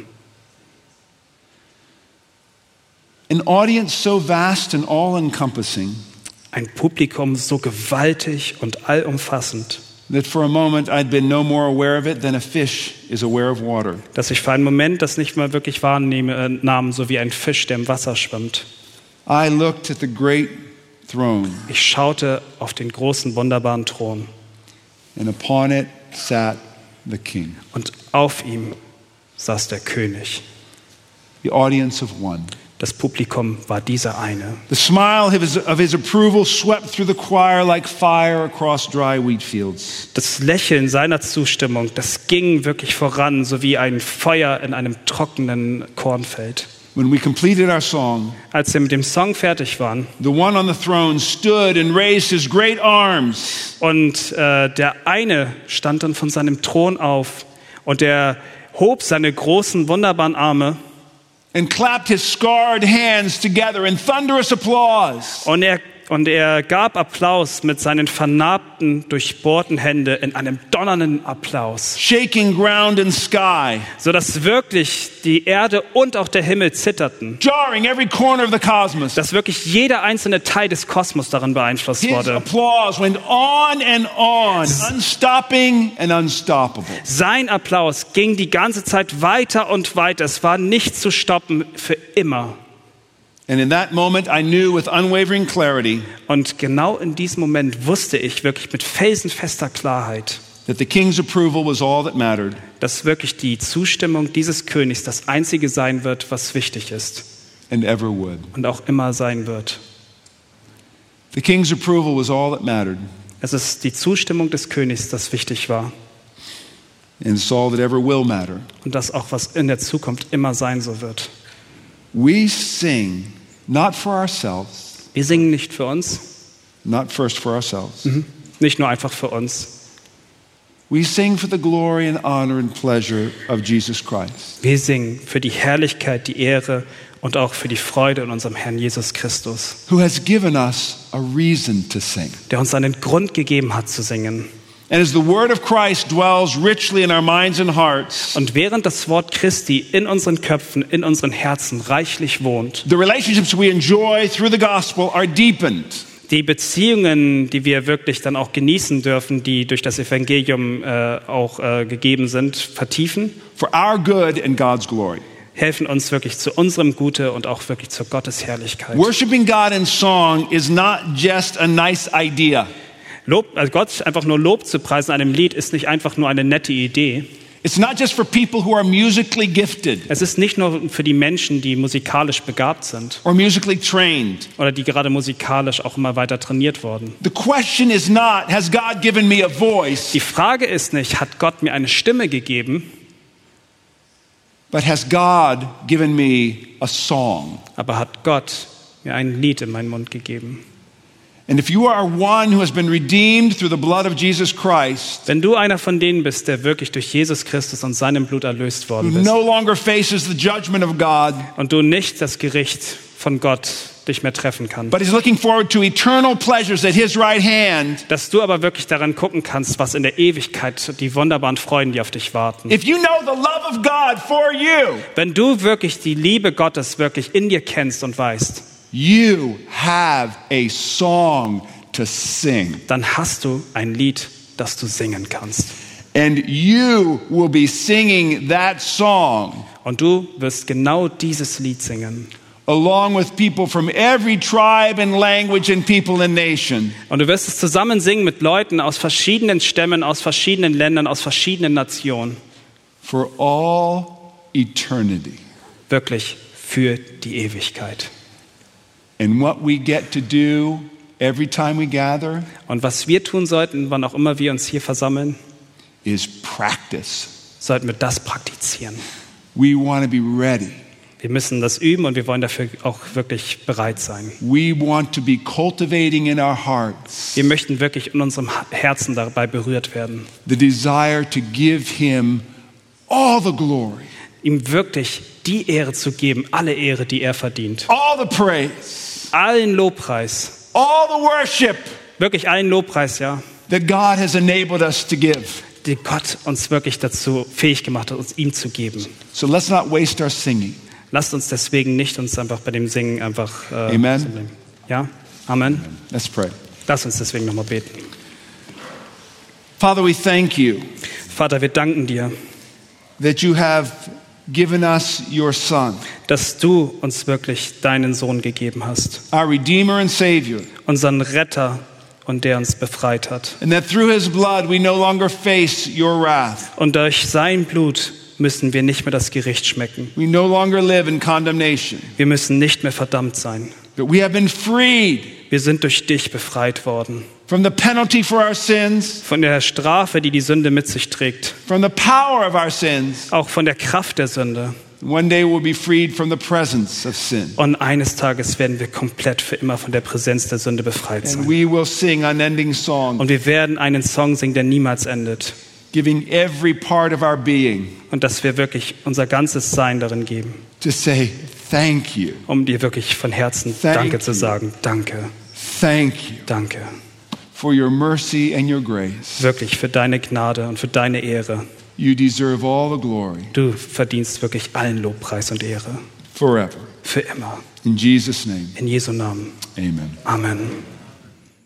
An audience so vast and all-encompassing Ein Publikum so gewaltig und allumfassend, that for a moment I'd been no more aware of it than a fish is aware of water. dass ich für einen Moment das nicht mal wirklich nahm, so wie ein Fisch, der im Wasser schwimmt. I looked at the great throne, Ich schaute auf den großen, wunderbaren Thron and upon it sat the king, und auf ihm saß der König. the audience of one. Das Publikum war dieser eine. The smile of his approval swept through the choir like fire across dry wheat fields. Das Lächeln seiner Zustimmung, das ging wirklich voran, so wie ein Feuer in einem trockenen Kornfeld. When we completed our song, Als wir mit dem Song fertig waren the one on the throne stood and raised his great arms. und der eine stand dann von seinem Thron auf und er hob seine großen, wunderbaren Arme And clapped his scarred hands together in thunderous applause. und er gab Applaus mit seinen vernarbten, durchbohrten Händen in einem donnernden Applaus, Shaking ground and sky, sodass wirklich die Erde und auch der Himmel zitterten, jarring every corner of the cosmos. dass wirklich jeder einzelne Teil des Kosmos darin beeinflusst His wurde. applause went on, unstopping and unstoppable. Sein Applaus ging die ganze Zeit weiter und weiter. Es war nicht zu stoppen für immer. And in that moment, I knew with unwavering clarity Und genau in diesem Moment wusste ich wirklich mit felsenfester Klarheit, that the king's approval was all that mattered. dass wirklich die Zustimmung dieses Königs das Einzige sein wird, was wichtig ist And ever would. und auch immer sein wird. The king's approval was all that mattered, Es ist die Zustimmung des Königs, das wichtig war and it's all that ever will matter. und das auch, was in der Zukunft immer sein so wird. We sing not for ourselves, Wir singen nicht für uns, not first for ourselves. nicht nur einfach für uns. We sing for the glory and honor and pleasure of Jesus Christ, Wir singen für die Herrlichkeit, die Ehre und auch für die Freude in unserem Herrn Jesus Christus, who has given us a reason to sing. der uns einen Grund gegeben hat zu singen. And as the word of Christ dwells richly in our minds and hearts, Und während das Wort Christi in unseren Köpfen, in unseren Herzen reichlich wohnt, the relationships we enjoy through the gospel are deepened. die Beziehungen, die wir wirklich dann auch genießen dürfen, die durch das Evangelium auch gegeben sind, vertiefen, For our good and God's glory. helfen uns wirklich zu unserem Gute und auch wirklich zur Gottes Herrlichkeit. Worshiping God in song is not just a nice idea. Also Gott einfach nur Lob zu preisen an einem Lied ist nicht einfach nur eine nette Idee. It's not just for people who are musically gifted Es ist nicht nur für die Menschen, die musikalisch begabt sind or musically trained. oder die gerade musikalisch auch immer weiter trainiert wurden. The question is not, has God given me a voice, Die Frage ist nicht, hat Gott mir eine Stimme gegeben, but has God given me a song? aber hat Gott mir ein Lied in meinen Mund gegeben. And if you are one who has been redeemed through the blood of Jesus Christ, Wenn du einer von denen bist, der wirklich durch Jesus Christus und seinem Blut erlöst who worden bist no longer faces the judgment of God, und du nicht das Gericht von Gott dich mehr treffen kannst, but is looking forward to eternal pleasures at his right hand, dass du aber wirklich daran gucken kannst, was in der Ewigkeit die wunderbaren Freuden, die auf dich warten. if you know the love of God for you, Wenn du wirklich die Liebe Gottes wirklich in dir kennst und weißt, you have a song to sing. dann hast du ein Lied, das du singen kannst. And you will be singing that song Und du wirst genau dieses Lied singen. along with people from every tribe and language and people and nation. Und du wirst es zusammen singen mit Leuten aus verschiedenen Stämmen, aus verschiedenen Ländern, aus verschiedenen Nationen. For all eternity. Wirklich für die Ewigkeit. And what we get to do every time we gather Und was wir tun sollten, wann auch immer wir uns hier versammeln, is practice. sollten wir das praktizieren. We want to be ready. Wir müssen das üben und wir wollen dafür auch wirklich bereit sein. We want to be cultivating in our hearts Wir möchten wirklich in unserem Herzen dabei berührt werden. the desire to give him all the glory, Ihm wirklich die Ehre zu geben, alle Ehre, die er verdient. all the praise, Allen Lobpreis, all the worship wirklich allen Lobpreis, ja, that God has enabled us to give. den Gott uns wirklich dazu fähig gemacht hat, uns ihm zu geben. So let's not waste our singing. Lasst uns deswegen nicht uns einfach bei dem Singen einfach Amen. so nehmen. Ja, Amen. Let's pray. Lass uns deswegen nochmal beten. Father, we thank you Vater, wir danken dir, that you have given us your Son, dass du uns wirklich deinen Sohn gegeben hast, our Redeemer and Savior, unseren Retter und der uns befreit hat. and that through his blood we no longer face your wrath. Und durch sein Blut müssen wir nicht mehr das Gericht schmecken. We no longer live in condemnation, Wir müssen nicht mehr verdammt sein. but we have been freed Wir sind durch dich befreit worden. from the penalty for our sins, Von der Strafe, die die Sünde mit sich trägt. from the power of our sins. Auch von der Kraft der Sünde. One day we'll be freed from the presence of sin. Und eines Tages werden wir komplett für immer von der Präsenz der Sünde befreit And sein. we will sing unending songs, Und wir werden einen Song singen, der niemals endet. giving every part of our being Und dass wir wirklich unser ganzes Sein darin geben, to say thank you, um dir wirklich von Herzen Thank Danke zu you. sagen. Danke, thank you danke. for your mercy and your grace. Wirklich für deine Gnade und für deine Ehre. You deserve all the glory Du verdienst wirklich allen Lobpreis und Ehre. forever. Für immer. In Jesus' name, In Jesu Namen. amen. Amen.